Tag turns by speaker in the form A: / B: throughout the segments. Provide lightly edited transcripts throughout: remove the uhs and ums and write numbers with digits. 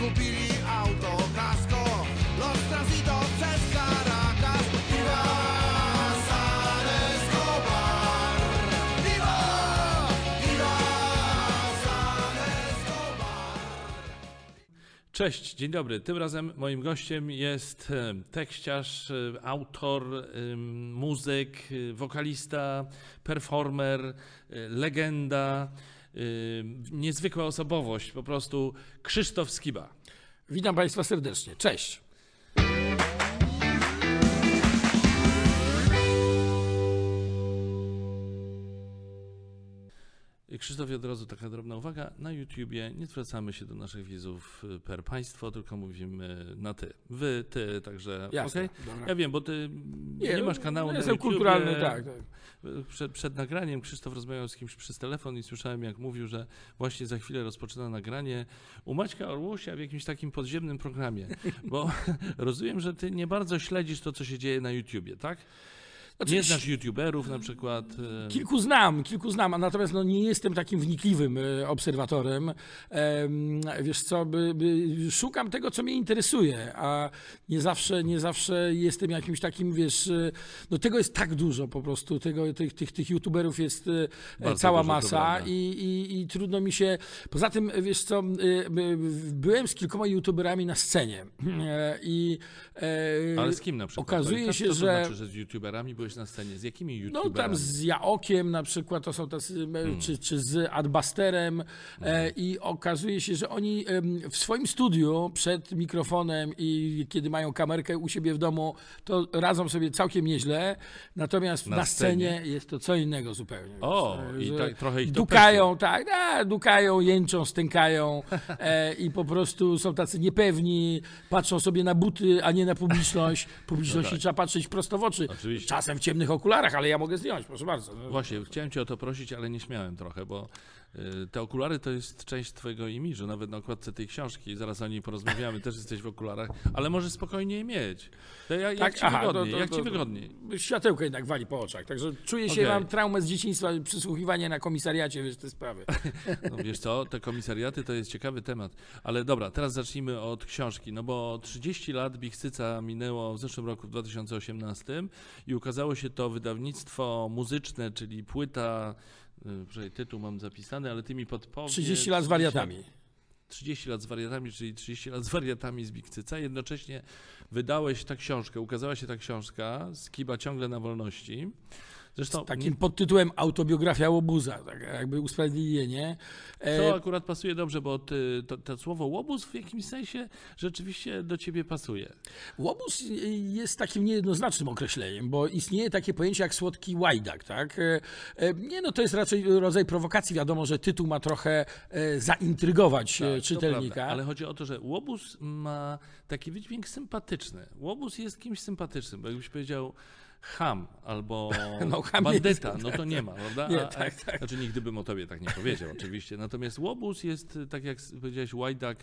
A: kupili auto, kasko, los transito przez Caracas. Viva San Escobar! Viva! Viva San Escobar!
B: Cześć, dzień dobry. Tym razem moim gościem jest tekściarz, autor, muzyk, wokalista, performer, legenda, niezwykła osobowość, po prostu Krzysztof Skiba.
C: Witam Państwa serdecznie. Cześć.
B: Krzysztofie, od razu taka drobna uwaga. Na YouTubie nie zwracamy się do naszych widzów per państwo, tylko mówimy na ty. Wy, ty, także
C: Jasne,
B: okay? Ja wiem, bo ty nie masz kanału na
C: jestem
B: YouTubie.
C: kulturalny, tak.
B: Przed nagraniem Krzysztof rozmawiał z kimś przez telefon i słyszałem, jak mówił, że właśnie za chwilę rozpoczyna nagranie u Maćka Orłosia w jakimś takim podziemnym programie. Bo rozumiem, że ty nie bardzo śledzisz to, co się dzieje na YouTubie, tak? Nie znasz youtuberów na przykład?
C: Kilku znam, a natomiast nie jestem takim wnikliwym obserwatorem. Wiesz co, szukam tego, co mnie interesuje, a nie zawsze jestem jakimś takim, wiesz, tego jest tak dużo po prostu, tych youtuberów jest bardzo cała masa i trudno mi się... Poza tym, wiesz co, byłem z kilkoma youtuberami na scenie
B: Ale z kim na przykład?
C: Okazuje się,
B: to
C: że...
B: znaczy, że z youtuberami byłeś na scenie? Z jakimi youtuberami?
C: No tam z Jaokiem na przykład, to są tacy, czy z Adbusterem i okazuje się, że oni w swoim studiu przed mikrofonem i kiedy mają kamerkę u siebie w domu, to radzą sobie całkiem nieźle, natomiast na scenie jest to co innego zupełnie.
B: O, i tak trochę ich to
C: dukają, dukają, jęczą, stękają i po prostu są tacy niepewni, patrzą sobie na buty, a nie na publiczność. Publiczności trzeba patrzeć prosto w oczy.
B: Oczywiście.
C: Czasem w ciemnych okularach, ale ja mogę zdjąć, proszę bardzo.
B: Właśnie, chciałem cię o to prosić, ale nie śmiałem trochę, bo te okulary to jest część twojego imidżu, nawet na okładce tej książki, zaraz o niej porozmawiamy, też jesteś w okularach, ale możesz spokojnie je mieć. Jak ci wygodniej?
C: Światełko jednak wali po oczach, także czuję się, mam traumę z dzieciństwa, przysłuchiwanie na komisariacie, wiesz, te sprawy.
B: No wiesz co, te komisariaty to jest ciekawy temat, ale dobra, teraz zacznijmy od książki, no bo 30 lat Bichcyca minęło w zeszłym roku, w 2018 i ukazało się to wydawnictwo muzyczne, czyli płyta, tytuł mam zapisany, ale ty mi podpowiedz.
C: 30 lat z wariatami.
B: 30 lat z wariatami, czyli 30 lat z wariatami z Bichcyca. Jednocześnie wydałeś tę książkę, ukazała się ta książka, Skiba ciągle na wolności. Zresztą,
C: z takim podtytułem Autobiografia łobuza, tak jakby usprawiedliwienie.
B: To akurat pasuje dobrze, bo to słowo łobuz w jakimś sensie rzeczywiście do ciebie pasuje.
C: Łobuz jest takim niejednoznacznym określeniem, bo istnieje takie pojęcie jak słodki łajdak, tak? To jest raczej rodzaj prowokacji. Wiadomo, że tytuł ma trochę zaintrygować czytelnika.
B: Prawda, ale chodzi o to, że łobuz ma taki wydźwięk sympatyczny. Łobuz jest kimś sympatycznym, bo jakbyś powiedział cham albo bandyta, no to nie ma, prawda?
C: Nie, tak.
B: Znaczy nigdy bym o tobie tak nie powiedział oczywiście. Natomiast łobuz jest, tak jak powiedziałeś, łajdak,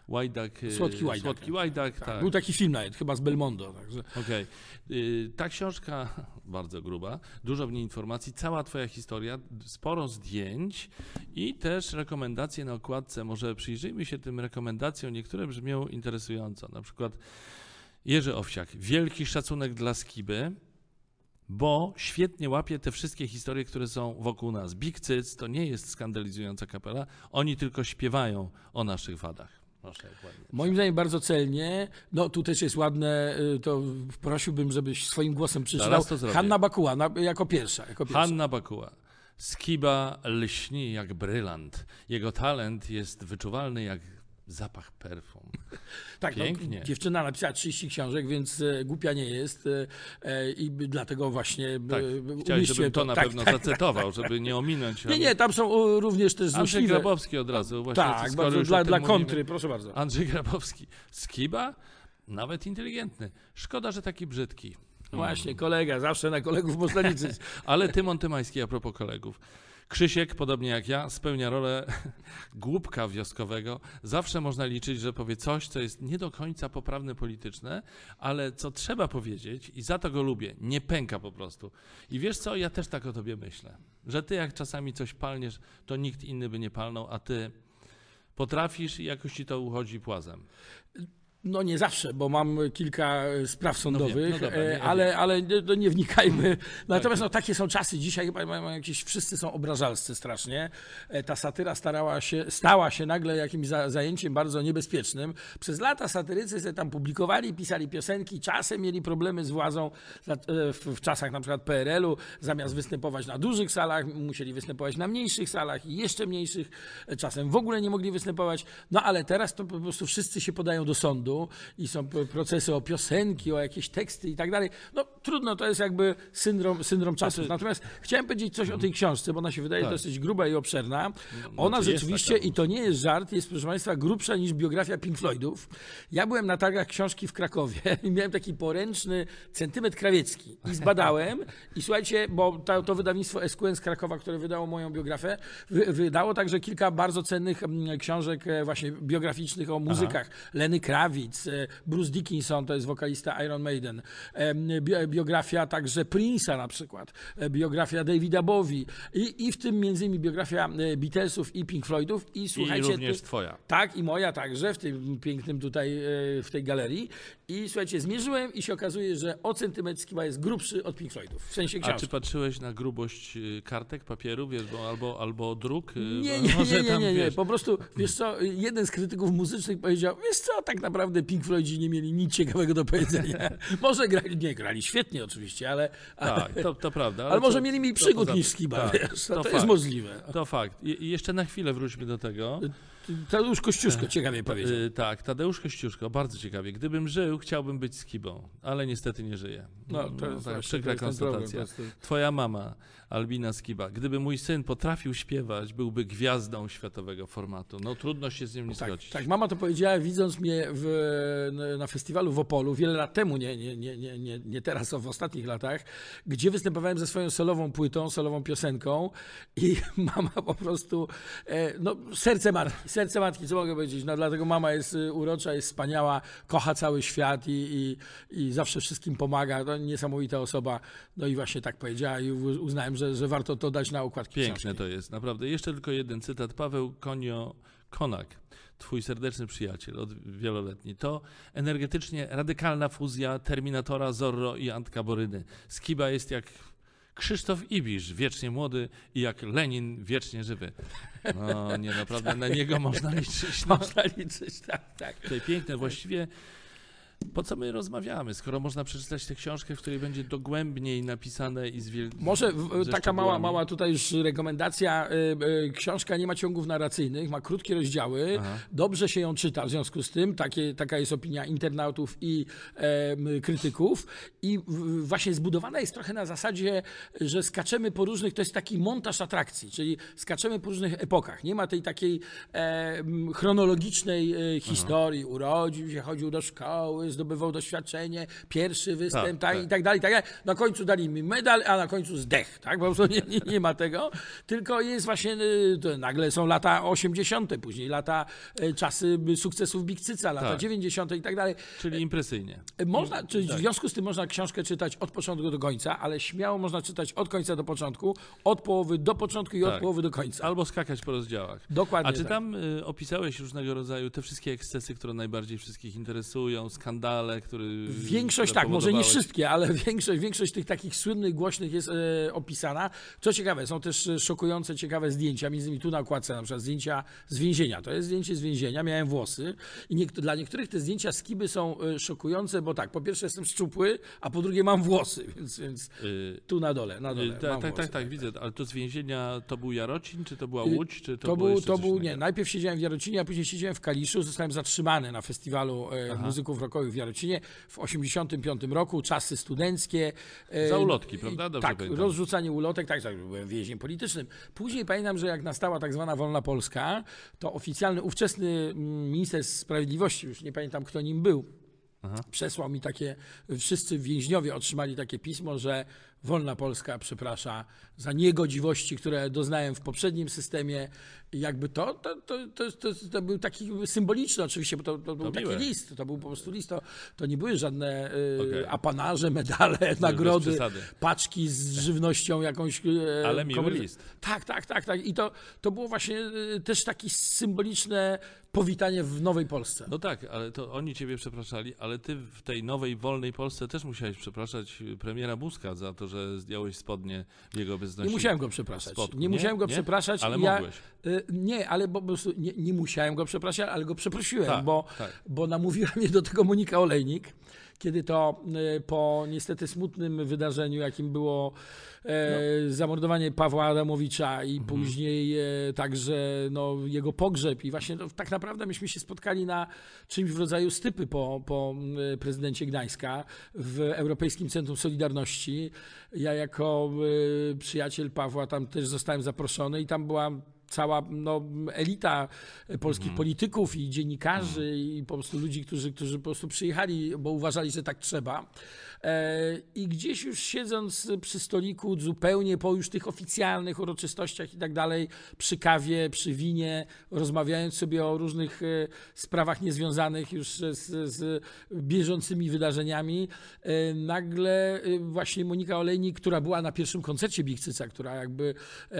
B: słodki łajdak. Tak.
C: Był taki film nawet, chyba z Belmondo.
B: Okej. Ta książka, bardzo gruba, dużo w niej informacji, cała twoja historia, sporo zdjęć i też rekomendacje na okładce. Może przyjrzyjmy się tym rekomendacjom, niektóre brzmią interesująco. Na przykład Jerzy Owsiak, wielki szacunek dla Skiby, bo świetnie łapie te wszystkie historie, które są wokół nas. Bichcyc to nie jest skandalizująca kapela, oni tylko śpiewają o naszych wadach. Proszę,
C: moim zdaniem bardzo celnie. No tu też jest ładne, to prosiłbym, żebyś swoim głosem przeczytał. Hanna Bakuła jako pierwsza.
B: Hanna Bakuła. Skiba lśni jak brylant. Jego talent jest wyczuwalny jak zapach perfum.
C: Tak,
B: pięknie.
C: Dziewczyna napisała 30 książek, więc głupia nie jest i dlatego właśnie...
B: Chciałeś, żebym to na pewno zacytował, żeby nie ominąć.
C: Nie, tam są również też złośliwe.
B: Andrzej Grabowski od razu. Właśnie,
C: tak, bardzo dla kontry, proszę bardzo.
B: Andrzej Grabowski. Skiba? Nawet inteligentny. Szkoda, że taki brzydki.
C: Właśnie, kolega, zawsze na kolegów można liczyć.
B: Ale Tymon Tymański, a propos kolegów. Krzysiek, podobnie jak ja, spełnia rolę głupka wioskowego. Zawsze można liczyć, że powie coś, co jest nie do końca poprawne polityczne, ale co trzeba powiedzieć i za to go lubię. Nie pęka po prostu. I wiesz co, ja też tak o tobie myślę, że ty jak czasami coś palniesz, to nikt inny by nie palnął, a ty Potrafisz i jakoś ci to uchodzi płazem.
C: No nie zawsze, bo mam kilka spraw sądowych,
B: no dobra,
C: ale nie wnikajmy. Natomiast takie są czasy. Dzisiaj chyba mają jakieś, wszyscy są obrażalscy strasznie. Ta satyra stała się nagle jakimś zajęciem bardzo niebezpiecznym. Przez lata satyrycy sobie tam publikowali, pisali piosenki, czasem mieli problemy z władzą w czasach na przykład PRL-u. Zamiast występować na dużych salach, musieli występować na mniejszych salach i jeszcze mniejszych. Czasem w ogóle nie mogli występować. No ale teraz to po prostu wszyscy się podają do sądu i są procesy o piosenki, o jakieś teksty i tak dalej. No trudno, to jest jakby syndrom czasów. Natomiast chciałem powiedzieć coś o tej książce, bo ona się wydaje dosyć gruba i obszerna. Ona rzeczywiście, i to nie jest żart, jest, proszę Państwa, grubsza niż biografia Pink Floydów. Ja byłem na targach książki w Krakowie i miałem taki poręczny centymetr krawiecki i zbadałem i słuchajcie, bo to wydawnictwo SQN z Krakowa, które wydało moją biografię, wydało także kilka bardzo cennych książek właśnie biograficznych o muzykach. Lenny Kravitz, Bruce Dickinson, to jest wokalista Iron Maiden, biografia także Prince'a na przykład, biografia Davida Bowie i w tym między innymi biografia Beatlesów i Pink Floydów. I słuchajcie,
B: I również twoja.
C: Tak, i moja także w tym pięknym tutaj, w tej galerii. I słuchajcie, zmierzyłem i się okazuje, że o centymetr chyba jest grubszy od Pink Floydów, w sensie książki.
B: A czy patrzyłeś na grubość kartek, papieru, wiesz, albo druk?
C: Nie. Po prostu, wiesz co, jeden z krytyków muzycznych powiedział, wiesz co, tak naprawdę Pink Floydzi nie mieli nic ciekawego do powiedzenia. Może grali świetnie oczywiście, ale...
B: Tak, to prawda.
C: Ale może mieli mniej przygód niż Skiba, wiesz, to jest możliwe.
B: To fakt. I jeszcze na chwilę wróćmy do tego.
C: Tadeusz Kościuszko ciekawie powiedział.
B: Tak, Tadeusz Kościuszko, bardzo ciekawie. Gdybym żył, chciałbym być Skibą, ale niestety nie żyję.
C: To jest
B: tak, przykra konstatacja. Twoja mama, Albina Skiba. Gdyby mój syn potrafił śpiewać, byłby gwiazdą światowego formatu. No trudno się z nią nie zgodzić.
C: Tak, mama to powiedziała, widząc mnie na festiwalu w Opolu, wiele lat temu, nie teraz, a w ostatnich latach, gdzie występowałem ze swoją solową płytą, solową piosenką i mama po prostu, serce matki, co mogę powiedzieć, no dlatego mama jest urocza, jest wspaniała, kocha cały świat i zawsze wszystkim pomaga, to niesamowita osoba, no i właśnie tak powiedziała i uznałem, że warto to dać na okładki
B: Piękne
C: książki.
B: to jest, naprawdę. Jeszcze tylko jeden cytat. Paweł Konak, twój serdeczny przyjaciel wieloletni, to energetycznie radykalna fuzja Terminatora, Zorro i Antka Boryny. Skiba jest jak Krzysztof Ibisz, wiecznie młody i jak Lenin, wiecznie żywy. No nie, naprawdę na niego można liczyć. No.
C: Można liczyć, tak.
B: Tutaj piękne, właściwie po co my rozmawiamy, skoro można przeczytać tę książkę, w której będzie dogłębniej napisane i
C: Może taka mała tutaj już rekomendacja. Książka nie ma ciągów narracyjnych, ma krótkie rozdziały. Dobrze się ją czyta w związku z tym. Taka jest opinia internautów i krytyków. I właśnie zbudowana jest trochę na zasadzie, że skaczemy po różnych, to jest taki montaż atrakcji, czyli skaczemy po różnych epokach. Nie ma tej takiej chronologicznej historii. Urodził się, chodził do szkoły, zdobywał doświadczenie, pierwszy występ, tak. I tak dalej. Na końcu dali mi medal, a na końcu zdech. Tak? Po prostu nie ma tego, tylko jest właśnie, nagle są lata 80., później czasy sukcesów Big Cyca, lata 90. i tak dalej.
B: Czyli impresyjnie.
C: W związku z tym można książkę czytać od początku do końca, ale śmiało można czytać od końca do początku, od połowy do początku i od połowy do końca.
B: Albo skakać po rozdziałach.
C: Dokładnie.
B: A czy tam opisałeś różnego rodzaju te wszystkie ekscesy, które najbardziej wszystkich interesują, skandale, które
C: Większość tak, może nie wszystkie, ale większość tych takich słynnych, głośnych jest opisana. Co ciekawe, są też szokujące, ciekawe zdjęcia, między innymi tu na okładce na przykład zdjęcia z więzienia. To jest zdjęcie z więzienia, miałem włosy i dla niektórych te zdjęcia Skiby są szokujące, bo tak, po pierwsze jestem szczupły, a po drugie mam włosy, więc tu na dole mam włosy.
B: Tak, widzę, ale to z więzienia to był Jarocin, czy to była Łódź, czy to
C: był nie, najpierw siedziałem w Jarocinie, a później siedziałem w Kaliszu, zostałem zatrzymany na festiwalu muzyków rockowych w Jarocinie w 1985 roku, czasy studenckie.
B: Za ulotki, prawda? Dobrze
C: tak,
B: pamiętam.
C: rozrzucanie ulotek, tak, byłem więźniem politycznym. Później pamiętam, że jak nastała tak zwana wolna Polska, to oficjalny, ówczesny minister sprawiedliwości, już nie pamiętam kto nim był, przesłał mi wszyscy więźniowie otrzymali takie pismo, że wolna Polska przeprasza za niegodziwości, które doznałem w poprzednim systemie. I jakby to był taki symboliczny oczywiście, bo to był taki list, to był po prostu list, to nie były żadne apanarze, medale, nagrody, paczki z żywnością jakąś.
B: Ale miły list.
C: Tak. I to było właśnie też takie symboliczne powitanie w nowej Polsce.
B: No tak, ale to oni ciebie przepraszali, ale ty w tej nowej, wolnej Polsce też musiałeś przepraszać premiera Buzka za to, że zdjąłeś spodnie w jego obecności.
C: Nie musiałem go przepraszać. Przepraszać.
B: Ale mogłeś.
C: Nie, ale po prostu nie musiałem go przepraszać, ale go przeprosiłem,
B: Tak.
C: bo namówiła mnie do tego Monika Olejnik, kiedy to po niestety smutnym wydarzeniu, jakim było zamordowanie Pawła Adamowicza i później także jego pogrzeb i właśnie tak naprawdę myśmy się spotkali na czymś w rodzaju stypy po prezydencie Gdańska w Europejskim Centrum Solidarności. Ja jako przyjaciel Pawła tam też zostałem zaproszony i tam była cała elita polskich polityków i dziennikarzy i po prostu ludzi, którzy po prostu przyjechali, bo uważali, że tak trzeba. I gdzieś już siedząc przy stoliku zupełnie po już tych oficjalnych uroczystościach i tak dalej, przy kawie, przy winie, rozmawiając sobie o różnych sprawach niezwiązanych już z bieżącymi wydarzeniami, nagle właśnie Monika Olejnik, która była na pierwszym koncercie Big Cyca, która jakby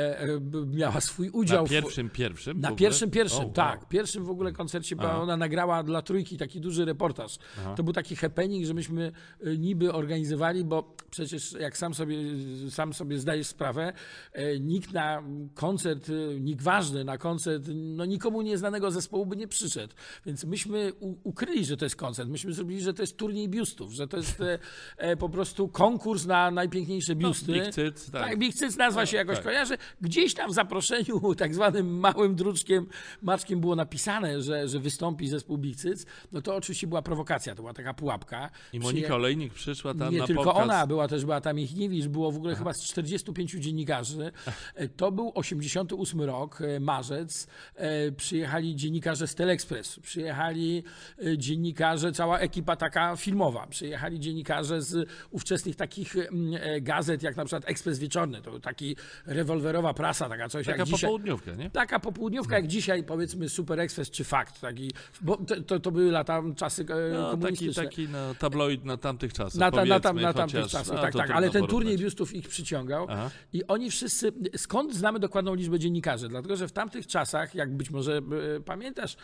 C: miała swój udział.
B: Na pierwszym?
C: Na pierwszym, tak. Pierwszym w ogóle koncercie, bo ona nagrała dla Trójki taki duży reportaż. To był taki happening, że myśmy niby organizowali, bo przecież jak sam sobie zdajesz sprawę, nikt na koncert, nikt ważny na koncert, nikomu nieznanego zespołu by nie przyszedł. Więc myśmy ukryli, że to jest koncert. Myśmy zrobili, że to jest turniej biustów, że to jest po prostu konkurs na najpiękniejsze biusty.
B: Big Cyc,
C: tak. Big Cyc nazwa się jakoś kojarzy. Gdzieś tam w zaproszeniu tak zwanym małym druczkiem, maczkiem było napisane, że wystąpi zespół Big Cyc. No to oczywiście była prowokacja, to była taka pułapka.
B: I Monika Olejnik przyszła tam
C: nie
B: na
C: tylko
B: pokaz.
C: ona, była tam Michniewicz, było w ogóle chyba z 45 dziennikarzy. To był 88 rok, marzec. Przyjechali dziennikarze z Teleexpressu, przyjechali dziennikarze, cała ekipa taka filmowa, przyjechali dziennikarze z ówczesnych takich gazet, jak na przykład Ekspres Wieczorny, to taki rewolwerowa prasa, taka coś
B: taka
C: jak dzisiaj.
B: Popołudniówka, nie?
C: Taka popołudniówka, jak dzisiaj powiedzmy Super Express czy Fakt. Bo to były czasy komunistyczne.
B: Taki tabloid na tamtych czasach.
C: Na tamtych czasach, tak. Ale ten turniej biustów ich przyciągał. I oni wszyscy, skąd znamy dokładną liczbę dziennikarzy? Dlatego, że w tamtych czasach, jak być może pamiętasz,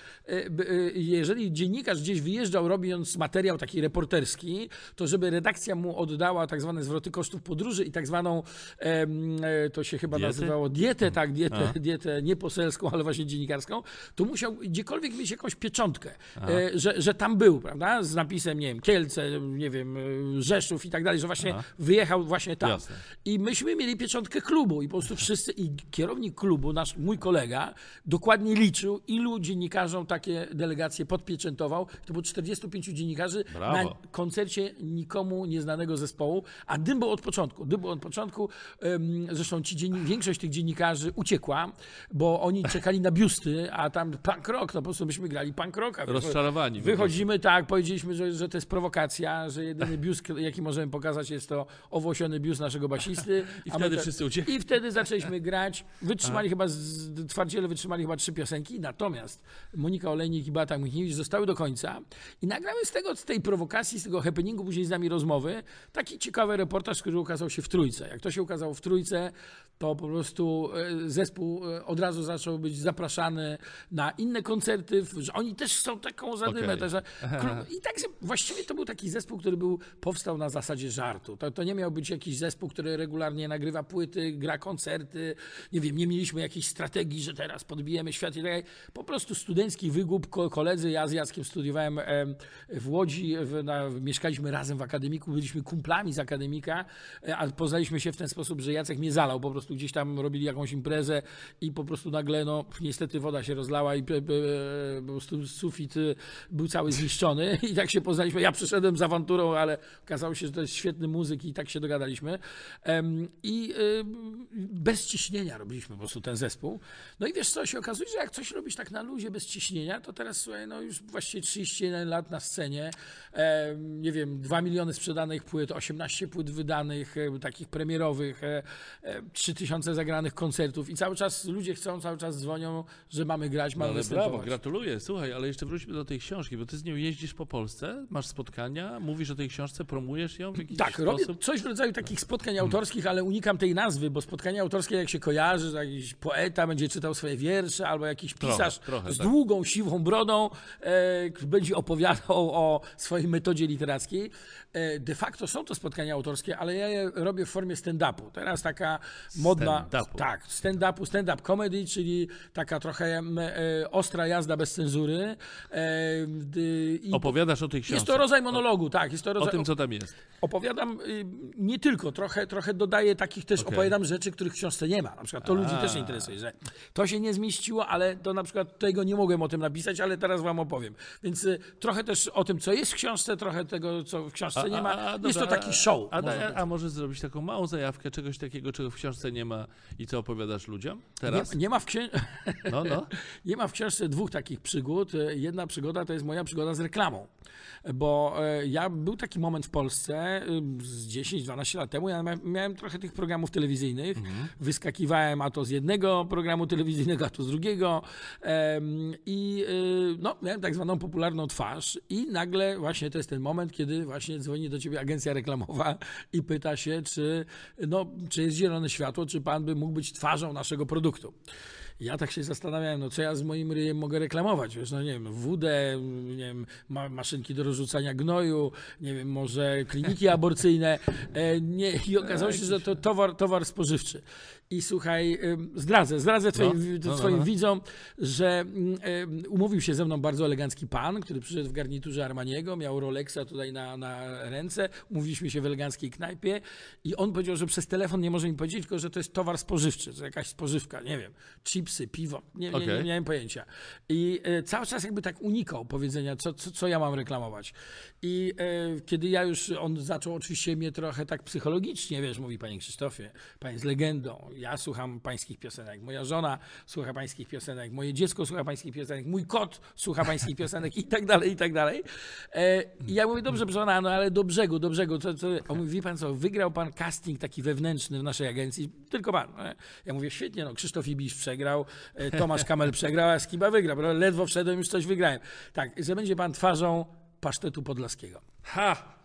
C: jeżeli dziennikarz gdzieś wyjeżdżał robiąc materiał taki reporterski, to żeby redakcja mu oddała tak zwane zwroty kosztów podróży i tak zwaną, to się chyba nazywało dietę, dietę nie poselską, ale właśnie dziennikarską, to musiał gdziekolwiek mieć jakąś pieczątkę, że tam był, prawda? Z napisem, nie wiem, Kielce, nie wiem, Rzeszów i tak dalej, że właśnie wyjechał właśnie tam.
B: Jasne.
C: I myśmy mieli pieczątkę klubu i po prostu wszyscy, i kierownik klubu, mój kolega, dokładnie liczył, ilu dziennikarzom takie delegacje podpieczętował. To było 45 dziennikarzy na koncercie nikomu nieznanego zespołu, a dym był od początku. Zresztą większość tych dziennikarzy uciekła, bo oni czekali na biusty, a tam punk rock, po prostu myśmy grali punk rocka.
B: Rozczarowani.
C: Wychodzimy, powiedzieliśmy, że to jest prowokacja, że jedyny biust, jaki możemy pokazać, jest to owłosiony biust naszego basisty.
B: I wtedy wszyscy uciekli.
C: I wtedy zaczęliśmy grać. Twardziele wytrzymali chyba 3 piosenki, natomiast Monika Olejnik i Beata Michniewicz zostały do końca i nagramy z tej prowokacji, z tego happeningu później z nami rozmowy, taki ciekawy reportaż, który ukazał się w Trójce. Jak to się ukazało w Trójce, to po prostu zespół od razu zaczął być zapraszany na inne koncerty, że oni też są taką zadymę. I tak właściwie to był taki zespół, który powstał na zasadzie żartu. To nie miał być jakiś zespół, który regularnie nagrywa płyty, gra koncerty. Nie wiem, nie mieliśmy jakiejś strategii, że teraz podbijemy świat i tak dalej. Po prostu studencki wygłup. Koledzy, ja z Jackiem studiowałem w Łodzi, mieszkaliśmy razem w akademiku, byliśmy kumplami z akademika, a poznaliśmy się w ten sposób, że Jacek mnie zalał. Po prostu gdzieś tam robili jakąś imprezę i i po prostu nagle, no niestety woda się rozlała i po prostu sufit był cały zniszczony i tak się poznaliśmy. Ja przyszedłem z awanturą, ale okazało się, że to jest świetny muzyk i tak się dogadaliśmy. I bez ciśnienia robiliśmy po prostu ten zespół. No i wiesz co, się okazuje, że jak coś robisz tak na luzie, bez ciśnienia, to teraz słuchaj, no już właściwie 31 lat na scenie, nie wiem, 2 miliony sprzedanych płyt, 18 płyt wydanych, takich premierowych, 3000 zagranych koncertów i cały czas ludzie chcą, cały czas dzwonią, że mamy grać, mamy
B: Ale
C: występować.
B: brawo, gratuluję. Słuchaj, ale jeszcze wróćmy do tej książki, bo ty z nią jeździsz po Polsce, masz spotkania, mówisz o tej książce, promujesz ją w jakiś
C: Tak, robię
B: sposób?
C: coś w rodzaju takich spotkań autorskich, ale unikam tej nazwy, bo spotkania autorskie jak się kojarzy, że jakiś poeta będzie czytał swoje wiersze, albo jakiś pisarz
B: trochę,
C: z
B: tak.
C: długą, siwą brodą będzie opowiadał o swojej metodzie literackiej. De facto są to spotkania autorskie, ale ja je robię w formie stand-upu. Teraz taka modna...
B: Stand-upu.
C: Tak, stand-up comedy, czyli taka trochę ostra jazda bez cenzury. I
B: Opowiadasz o tej książce.
C: jest to rodzaj monologu, tak. Jest to
B: O
C: rodzaj,
B: tym, co tam jest.
C: opowiadam nie tylko, trochę dodaję takich też,
B: Okej.
C: opowiadam rzeczy, których w książce nie ma. Na przykład to ludzi też interesuje, że to się nie zmieściło, ale to na przykład tego nie mogłem o tym napisać, ale teraz wam opowiem. Więc trochę też o tym, co jest w książce, trochę tego, co w książce nie ma. Jest to taki show. można powiedzieć.
B: A może zrobić taką małą zajawkę czegoś takiego, czego w książce nie ma i co opowiadasz ludziom teraz?
C: Nie ma
B: No.
C: Nie ma w książce dwóch takich przygód. Jedna przygoda to jest moja przygoda z reklamą. Bo był taki moment w Polsce z 10-12 lat temu, ja miałem trochę tych programów telewizyjnych. Wyskakiwałem a to z jednego programu telewizyjnego, a to z drugiego. I miałem tak zwaną popularną twarz. I nagle właśnie to jest ten moment, kiedy właśnie dzwoni do ciebie agencja reklamowa i pyta się, czy jest zielone światło, czy pan by mógł być twarzą naszego produktu. Ja tak się zastanawiałem, co ja z moim ryjem mogę reklamować, wiesz, nie wiem, wódę, nie wiem, maszynki do rozrzucania gnoju, nie wiem, może kliniki aborcyjne, i okazało się, że to towar spożywczy. I słuchaj, zdradzę twoim widzom, że umówił się ze mną bardzo elegancki pan, który przyszedł w garniturze Armaniego, miał Rolexa tutaj na ręce, umówiliśmy się w eleganckiej knajpie i on powiedział, że przez telefon nie może mi powiedzieć, tylko że to jest towar spożywczy, że jakaś spożywka, nie wiem, chipsy, piwo, nie miałem pojęcia. I cały czas jakby tak unikał powiedzenia, co ja mam reklamować. I kiedy on zaczął oczywiście mnie trochę tak psychologicznie, wiesz, mówi: panie Krzysztofie, pan jest legendą, ja słucham pańskich piosenek, moja żona słucha pańskich piosenek, moje dziecko słucha pańskich piosenek, mój kot słucha pańskich piosenek i tak dalej, i tak dalej. I ja mówię: dobrze, żona, ale do brzegu. On mówi: wie pan co, wygrał pan casting taki wewnętrzny w naszej agencji, tylko pan. Ja mówię: świetnie, Krzysztof Ibisz przegrał, Tomasz Kamel przegrał, a Skiba wygrał, prawda? Ledwo wszedłem, już coś wygrałem. Tak, że będzie pan twarzą pasztetu podlaskiego.
B: Ha!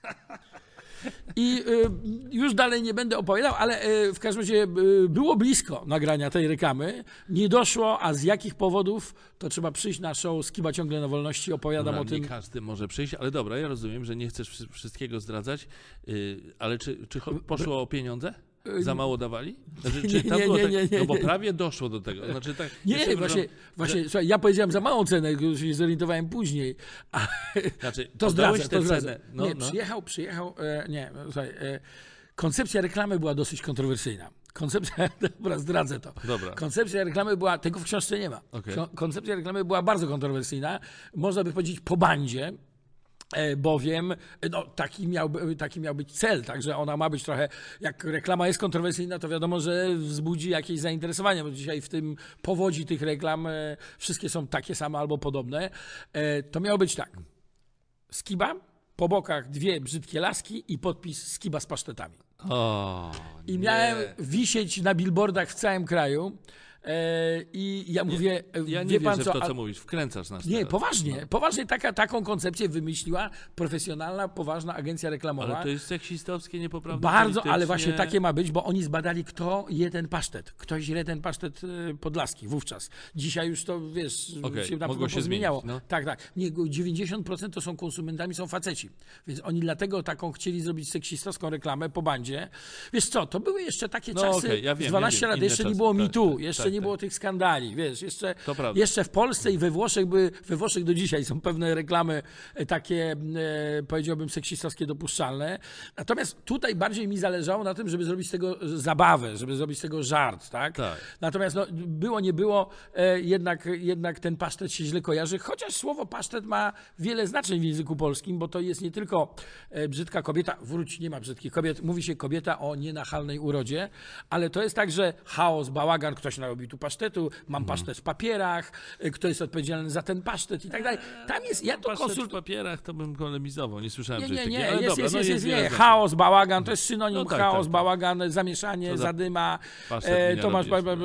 C: I już dalej nie będę opowiadał, ale w każdym razie było blisko nagrania tej reklamy. Nie doszło, a z jakich powodów, to trzeba przyjść na show Skiba ciągle na wolności, opowiadam o tym.
B: Nie każdy może przyjść, ale dobra, ja rozumiem, że nie chcesz wszystkiego zdradzać, ale czy poszło o pieniądze? Za mało dawali? Znaczy, czy tam było tak, no bo prawie doszło do tego. Znaczy, tak,
C: Nie, właśnie, słuchaj, ja powiedziałem za małą cenę, już się zorientowałem później.
B: Znaczy,
C: To zdradzę.
B: cenę.
C: Przyjechał, słuchaj, koncepcja reklamy była dosyć kontrowersyjna. Dobra, zdradzę to.
B: Dobra.
C: Koncepcja reklamy była, tego w książce nie ma.
B: Okay.
C: Koncepcja reklamy była bardzo kontrowersyjna. Można by powiedzieć po bandzie. Bowiem taki miał być cel, także ona ma być trochę, jak reklama jest kontrowersyjna, to wiadomo, że wzbudzi jakieś zainteresowanie, bo dzisiaj w tym powodzi tych reklam wszystkie są takie same albo podobne. To miało być tak: Skiba, po bokach dwie brzydkie laski i podpis Skiba z pasztetami. I miałem wisieć na billboardach w całym kraju. I ja mówię,
B: ja nie
C: wie pan
B: wierzę w to, co mówisz, wkręcasz nas.
C: Nie,
B: teraz.
C: poważnie taką koncepcję wymyśliła profesjonalna, poważna agencja reklamowa.
B: Ale to jest seksistowskie, niepoprawne
C: Bardzo,
B: politycznie.
C: ale właśnie takie ma być, bo oni zbadali, kto je ten pasztet. Ktoś je ten pasztet podlaski wówczas. Dzisiaj już to, wiesz, się na pewno pozmieniało.
B: Zmienić, no.
C: Tak. Nie, 90% to są konsumentami, są faceci. Więc oni dlatego taką chcieli zrobić seksistowską reklamę po bandzie. Wiesz co, to były jeszcze takie czasy,
B: ja wiem,
C: 12 lat,
B: inne
C: jeszcze
B: czasy,
C: nie było
B: tak,
C: MeToo,
B: tak,
C: jeszcze jeszcze nie było tych skandali, wiesz,
B: To prawda.
C: jeszcze w Polsce i we Włoszech do dzisiaj są pewne reklamy takie, powiedziałbym, seksistowskie dopuszczalne. Natomiast tutaj bardziej mi zależało na tym, żeby zrobić z tego zabawę, żeby zrobić z tego żart, tak? Natomiast no, było, nie było, jednak ten pasztet się źle kojarzy, chociaż słowo pasztet ma wiele znaczeń w języku polskim, bo to jest nie tylko brzydka kobieta, nie ma brzydkich kobiet, mówi się kobieta o nienachalnej urodzie, ale to jest tak, że chaos, bałagan, ktoś narobił tu pasztetu, mam pasztet w papierach, kto jest odpowiedzialny za ten pasztet i tak dalej. Tam jest, ja to
B: Pasztet w papierach to bym polemizował, nie słyszałem czegoś takiego.
C: Nie, chaos, bałagan, to jest synonim
B: No tak,
C: chaos,
B: tak.
C: bałagan, zamieszanie, zadyma.
B: Pasztet
C: To masz,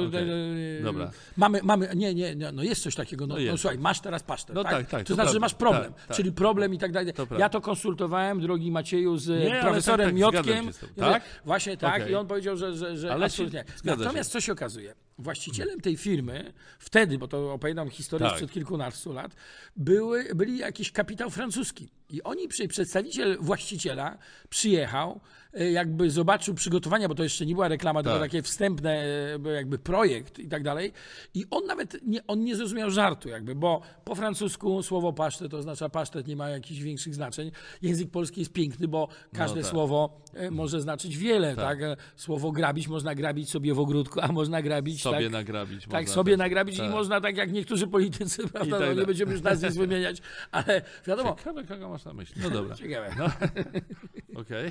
B: Dobra.
C: mamy, no jest coś takiego, no
B: jest.
C: Słuchaj, masz teraz pasztet,
B: No
C: tak?
B: tak,
C: To znaczy, że masz problem,
B: tak.
C: czyli problem i tak dalej.
B: prawda.
C: Ja to konsultowałem, drogi Macieju, z
B: Nie, ale
C: profesorem
B: tak,
C: Miotkiem.
B: zgadzam się z tobą.
C: Ja mówię,
B: Tak?
C: Właśnie tak,
B: Okej.
C: i on powiedział, że
B: Ale
C: absolutnie.
B: zgadza
C: Natomiast
B: się.
C: co się okazuje? Właścicielem tej firmy, wtedy, bo to opowiadam historię
B: Tak.
C: sprzed kilkunastu lat, byli jakiś kapitał francuski. I oni, przedstawiciel właściciela przyjechał, jakby zobaczył przygotowania, bo to jeszcze nie była reklama, tylko takie wstępne jakby projekt i tak dalej. I on nawet nie zrozumiał żartu jakby, bo po francusku słowo pasztet to oznacza pasztet, nie ma jakichś większych znaczeń. Język polski jest piękny, bo każde słowo może znaczyć wiele, tak? Słowo grabić można grabić sobie w ogródku, a można grabić
B: sobie nagrabić.
C: tak,
B: można
C: sobie
B: też.
C: nagrabić i można tak jak niektórzy politycy, prawda,
B: tak
C: nie
B: dalej.
C: będziemy już nazwisk wymieniać, ale wiadomo.
B: Ciekawe, kogo masz na myśli. No dobra.
C: Ciekawe.
B: Okej.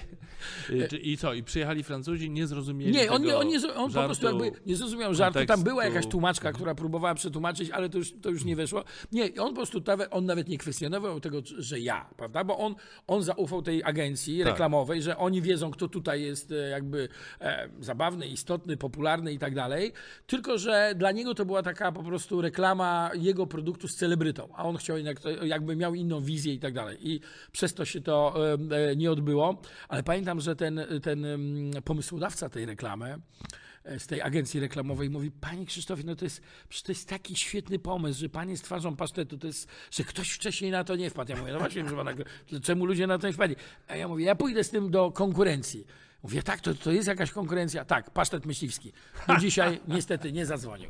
B: I co? I przyjechali Francuzi, nie zrozumieli
C: Nie, on
B: tego
C: po prostu
B: żartu,
C: jakby nie zrozumiał żartu. Tam
B: kontekstu.
C: była jakaś tłumaczka, która próbowała przetłumaczyć, ale to już nie weszło. Nie, on po prostu on nawet nie kwestionował tego, że ja, prawda? Bo on zaufał tej agencji reklamowej, że oni wiedzą, kto tutaj jest jakby zabawny, istotny, popularny i tak dalej. Tylko, że dla niego to była taka po prostu reklama jego produktu z celebrytą, a on chciał jakby miał inną wizję i tak dalej. I przez to się to nie odbyło. Ale pamiętam, że ten pomysłodawca tej reklamy z tej agencji reklamowej mówi: Panie Krzysztofie, no to jest taki świetny pomysł, że pan jest twarzą pasztetu, że ktoś wcześniej na to nie wpadł. Ja mówię, no właśnie, czemu ludzie na to nie wpadli? A ja mówię, ja pójdę z tym do konkurencji. Mówię, tak, to jest jakaś konkurencja. Tak, pasztet myśliwski. Do dzisiaj niestety nie zadzwonił.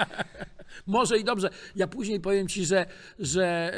C: Może i dobrze. Ja później powiem ci, że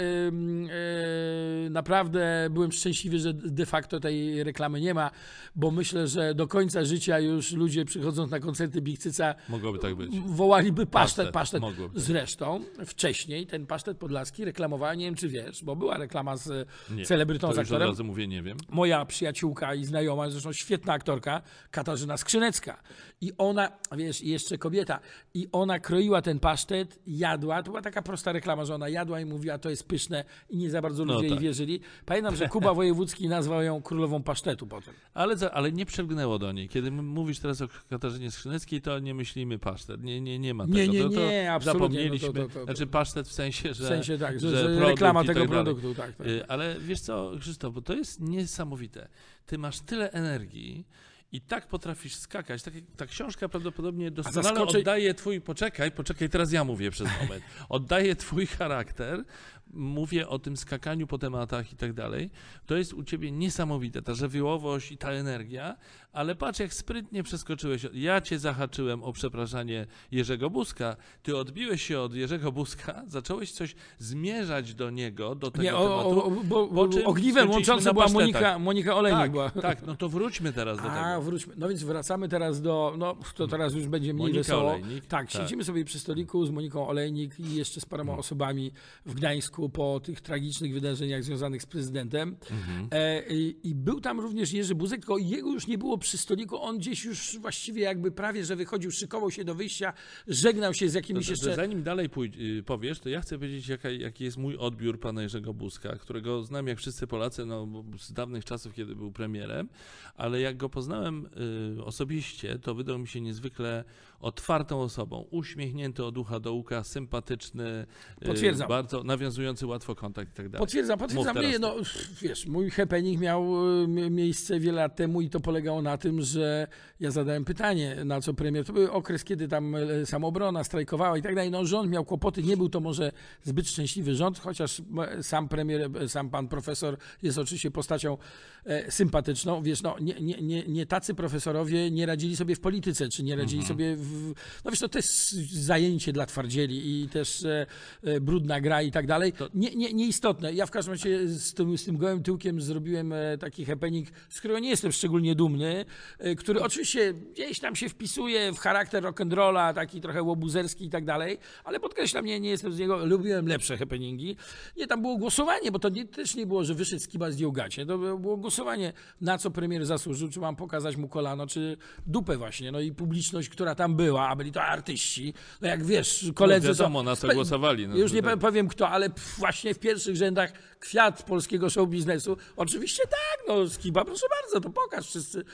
C: naprawdę byłem szczęśliwy, że de facto tej reklamy nie ma, bo myślę, że do końca życia już ludzie przychodząc na koncerty Big Cyca
B: Mogłoby tak być.
C: wołaliby pasztet.
B: Mogłoby.
C: Zresztą wcześniej ten pasztet podlaski reklamowała, nie wiem czy wiesz, bo była reklama z
B: Nie,
C: celebrytą,
B: to
C: z
B: już od
C: aktorem.
B: razu mówię, nie wiem.
C: Moja przyjaciółka i znajoma, zresztą świetna aktorka, Katarzyna Skrzynecka. I ona, wiesz, i jeszcze kobieta, i ona kroiła ten pasztet, jadła, to była taka prosta reklama, że ona jadła i mówiła, to jest pyszne i nie za bardzo ludzie jej wierzyli. Pamiętam, że Kuba Wojewódzki nazwał ją królową pasztetu potem.
B: Ale nie przylgnęło do niej. Kiedy mówisz teraz o Katarzynie Skrzyneckiej, to nie myślimy pasztet. Nie ma tego.
C: Nie, absolutnie.
B: Zapomnieliśmy. Znaczy pasztet w sensie, że...
C: W sensie tak, że
B: produkt
C: reklama
B: i
C: tego
B: tak dalej.
C: produktu. Tak.
B: Ale wiesz co, Krzysztof, bo to jest niesamowite. Ty masz tyle energii i tak potrafisz skakać. Ta książka prawdopodobnie doskonale oddaje twój... Poczekaj, teraz ja mówię przez moment. Oddaje twój charakter. Mówię o tym skakaniu po tematach i tak dalej. To jest u ciebie niesamowite, ta żywiołowość i ta energia, ale patrz jak sprytnie przeskoczyłeś. Ja cię zahaczyłem o przepraszanie Jerzego Buzka, ty odbiłeś się od Jerzego Buzka, zacząłeś coś zmierzać do niego, do tego tematu.
C: Bo ogniwem łączącym była Monika Olejnik.
B: Tak, no to wróćmy teraz do tego.
C: Wróćmy. No więc wracamy teraz to teraz już będzie mniej wesoło.
B: Olejnik.
C: Tak, siedzimy sobie przy stoliku z Moniką Olejnik i jeszcze z paroma osobami w Gdańsku po tych tragicznych wydarzeniach związanych z prezydentem. I był tam również Jerzy Buzek, tylko jego już nie było przy stoliku. On gdzieś już właściwie jakby prawie, że wychodził, szykował się do wyjścia, żegnał się z jakimiś jeszcze...
B: Zanim dalej powiesz, to ja chcę powiedzieć, jaki jest mój odbiór pana Jerzego Buzka, którego znam jak wszyscy Polacy z dawnych czasów, kiedy był premierem, ale jak go poznałem osobiście, to wydał mi się niezwykle otwartą osobą, uśmiechnięty od ucha do ucha, sympatyczny,
C: Potwierdzam.
B: bardzo nawiązujący łatwo kontakt i tak dalej.
C: Potwierdzam. Nie, no wiesz, mój happening miał miejsce wiele lat temu i to polegało na tym, że ja zadałem pytanie, na co premier, to był okres, kiedy tam Samoobrona strajkowała i tak dalej, no rząd miał kłopoty, nie był to może zbyt szczęśliwy rząd, chociaż sam premier, sam pan profesor jest oczywiście postacią sympatyczną, wiesz, no nie tacy Polacy, profesorowie nie radzili sobie w polityce, czy nie radzili sobie w... No wiesz, to jest zajęcie dla twardzieli i też brudna gra i tak dalej. Nieistotne. Ja w każdym razie z tym gołym tyłkiem zrobiłem taki happening, z którego nie jestem szczególnie dumny, który oczywiście gdzieś tam się wpisuje w charakter rock'n'rolla, taki trochę łobuzerski i tak dalej, ale podkreślam, nie jestem z niego, lubiłem lepsze happeningi. Nie, tam było głosowanie, bo to też nie było, że wyszedł Skiba, zdjął gacie. To było głosowanie, na co premier zasłużył, czy mam pokazać mu kolano, czy dupę właśnie. No i publiczność, która tam była, a byli to artyści. No jak wiesz, koledzy...
B: No wiadomo, na co głosowali. No,
C: już nie powiem kto, ale właśnie w pierwszych rzędach kwiat polskiego show biznesu. Oczywiście tak, no Skiba, proszę bardzo, to pokaż. Wszyscy...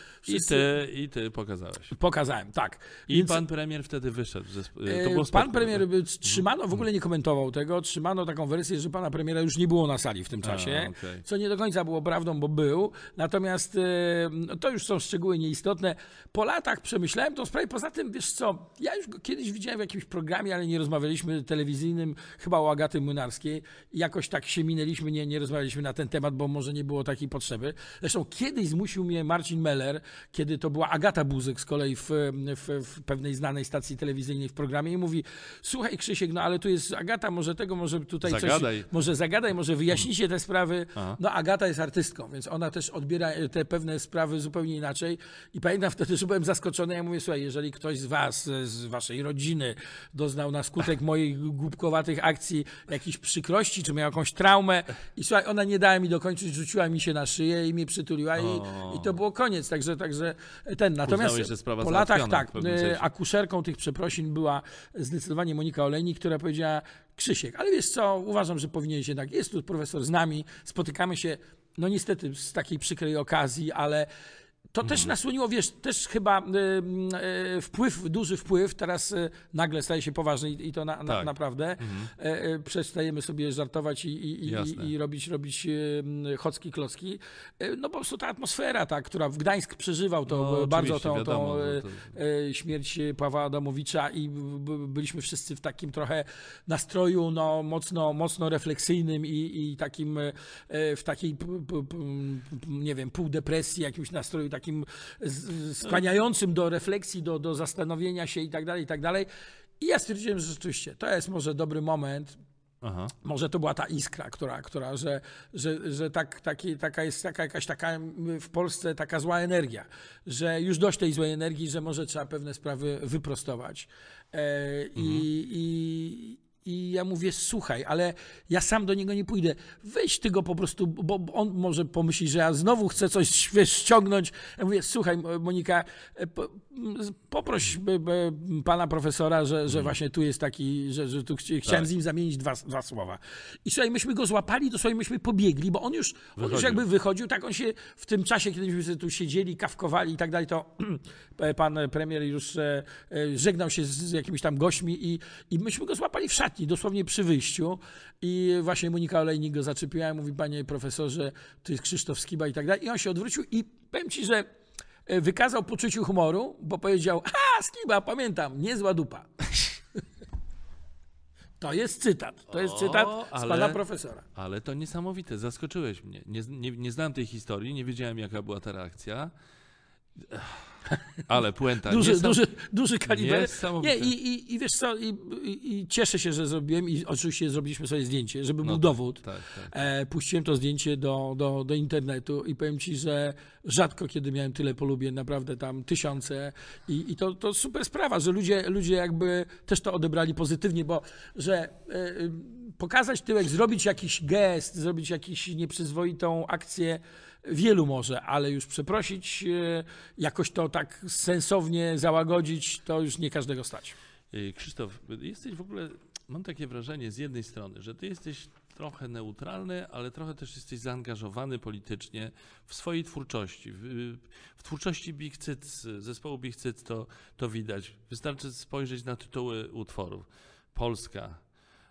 B: I ty pokazałeś.
C: Pokazałem, tak.
B: I pan premier wtedy wyszedł. To było
C: pan premier Trzymano w ogóle nie komentował tego. Trzymano taką wersję, że pana premiera już nie było na sali w tym czasie, co nie do końca było prawdą, bo był. Natomiast to już są szczegóły nieistotne. Po latach przemyślałem tą sprawę. Poza tym, wiesz co, ja już go kiedyś widziałem w jakimś programie, ale nie rozmawialiśmy telewizyjnym, chyba o Agaty Młynarskiej. Jakoś tak się minęliśmy, nie rozmawialiśmy na ten temat, bo może nie było takiej potrzeby. Zresztą kiedyś zmusił mnie Marcin Meller, kiedy to była Agata Buzek z kolei w pewnej znanej stacji telewizyjnej w programie i mówi: słuchaj Krzysiek, no ale tu jest Agata, może tutaj
B: zagadaj.
C: Zagadaj, może wyjaśnijcie te sprawy. No Agata jest artystką, więc ona też odbiera te pewne sprawy zupełnie inaczej i pamiętam wtedy, że byłem zaskoczony. Ja mówię: słuchaj, jeżeli ktoś z was, z waszej rodziny doznał na skutek moich głupkowatych akcji jakiejś przykrości, czy miał jakąś traumę i słuchaj, ona nie dała mi dokończyć, rzuciła mi się na szyję i mnie przytuliła i to było koniec, także natomiast po latach tak, akuszerką tych przeprosin była zdecydowanie Monika Olejnik, która powiedziała: Krzysiek, ale wiesz co, uważam, że powinieneś jednak, jest tu profesor z nami, spotykamy się, no niestety z takiej przykrej okazji, ale to też nasłoniło, wiesz, też chyba duży wpływ, teraz nagle staje się poważny i to naprawdę. Przestajemy sobie żartować i robić chocki klocki. No po prostu ta atmosfera, która w Gdańsk przeżywał to bardzo tą śmierć Pawła Adamowicza i byliśmy wszyscy w takim trochę nastroju mocno refleksyjnym i takim w takiej nie wiem, półdepresji, jakimś nastroju takim skłaniającym do refleksji, do zastanowienia się i tak dalej. I ja stwierdziłem, że rzeczywiście to jest może dobry moment. Może to była ta iskra, że taka jest jakaś taka w Polsce taka zła energia, że już dość tej złej energii, że może trzeba pewne sprawy wyprostować. I ja mówię: słuchaj, ale ja sam do niego nie pójdę. Weź ty go po prostu, bo on może pomyśli, że ja znowu chcę coś ściągnąć. Ja mówię: słuchaj Monika, poproś pana profesora, że właśnie tu jest taki, że tu chciałem z nim zamienić dwa słowa. I słuchaj, myśmy go złapali, dosłownie myśmy pobiegli, bo on już jakby wychodził, tak on się w tym czasie, kiedy myśmy tu siedzieli, kawkowali i tak dalej, to pan premier już żegnał się z jakimiś tam gośćmi i myśmy go złapali w szatni, dosłownie przy wyjściu i właśnie Monika Olejnik go zaczepiła i mówi: panie profesorze, tu jest Krzysztof Skiba i tak dalej. I on się odwrócił i powiem ci, że wykazał poczuciu humoru, bo powiedział: Skiba, pamiętam, niezła dupa. To jest cytat z pana profesora.
B: Ale to niesamowite, zaskoczyłeś mnie. Nie znałem tej historii, nie wiedziałem, jaka była ta reakcja. Ale puenta.
C: Duży kaliber.
B: Niesamowite.
C: I wiesz co, i cieszę się, że zrobiłem i oczywiście zrobiliśmy sobie zdjęcie, żeby był dowód.
B: Tak.
C: Puściłem to zdjęcie do internetu i powiem ci, że rzadko kiedy miałem tyle polubień, naprawdę tam tysiące i to super sprawa, że ludzie jakby też to odebrali pozytywnie, bo że pokazać tyłek, zrobić jakiś gest, zrobić jakąś nieprzyzwoitą akcję, wielu może, ale już przeprosić, jakoś to tak sensownie załagodzić, to już nie każdego stać.
B: Krzysztof, jesteś w ogóle, mam takie wrażenie z jednej strony, że ty jesteś trochę neutralny, ale trochę też jesteś zaangażowany politycznie w swojej twórczości. W twórczości Big Cyc, zespołu Big Cyc to widać. Wystarczy spojrzeć na tytuły utworów. Polska.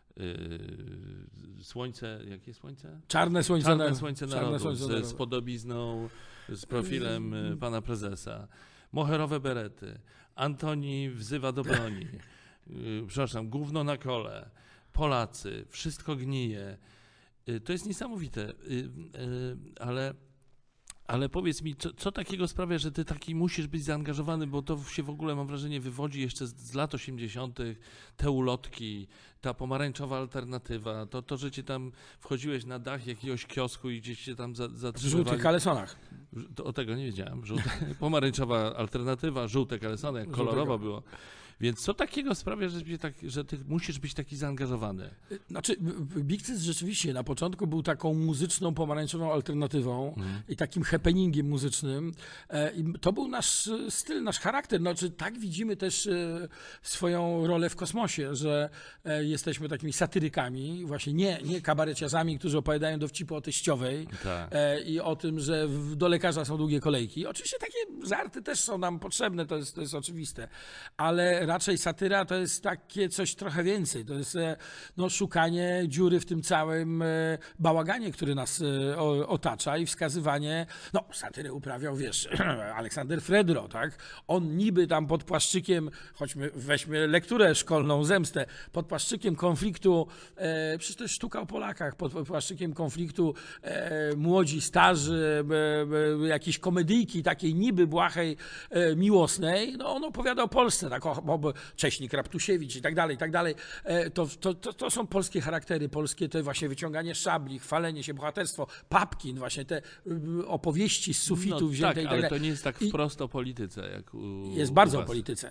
B: Słońce, jakie słońce?
C: Czarne słońce
B: narodu, z podobizną, z profilem pana prezesa. Moherowe berety. Antoni wzywa do broni. Przepraszam, gówno na kole. Polacy, wszystko gnije. To jest niesamowite, Ale powiedz mi, co takiego sprawia, że ty taki musisz być zaangażowany, bo to się w ogóle, mam wrażenie, wywodzi jeszcze z lat 80., te ulotki, ta pomarańczowa alternatywa, to, że cię tam wchodziłeś na dach jakiegoś kiosku i gdzieś cię tam
C: W żółtych
B: zatrzymywali.
C: kalesonach.
B: O tego nie wiedziałem. Pomarańczowa alternatywa, żółte kalesony, jak kolorowo było. Więc co takiego sprawia, że ty musisz być taki zaangażowany?
C: Znaczy, Big-Cyc rzeczywiście na początku był taką muzyczną, pomarańczową alternatywą i takim happeningiem muzycznym. I to był nasz styl, nasz charakter. Znaczy, tak widzimy też swoją rolę w kosmosie, że jesteśmy takimi satyrykami, właśnie nie kabareciarzami, którzy opowiadają dowcipy o teściowej
B: Tak.
C: i o tym, że do lekarza są długie kolejki. Oczywiście takie żarty też są nam potrzebne, to jest oczywiste, ale raczej satyra to jest takie coś trochę więcej. To jest szukanie dziury w tym całym bałaganie, który nas otacza i wskazywanie, satyrę uprawiał, wiesz, Aleksander Fredro, tak? On niby tam pod płaszczykiem, weźmy lekturę szkolną, Zemstę, pod płaszczykiem konfliktu, przecież to jest sztuka o Polakach, pod płaszczykiem konfliktu młodzi, starzy, jakiejś komedyjki takiej niby błahej, miłosnej, on opowiada o Polsce, tak, Cześnik Raptusiewicz i tak dalej. To są polskie charaktery, polskie to właśnie wyciąganie szabli, chwalenie się, bohaterstwo, Papkin, właśnie te opowieści z sufitu wzięte
B: tak,
C: i tak
B: ale
C: dalej.
B: to nie jest tak wprost o polityce, jak
C: Jest bardzo
B: u
C: o
B: was.
C: polityce.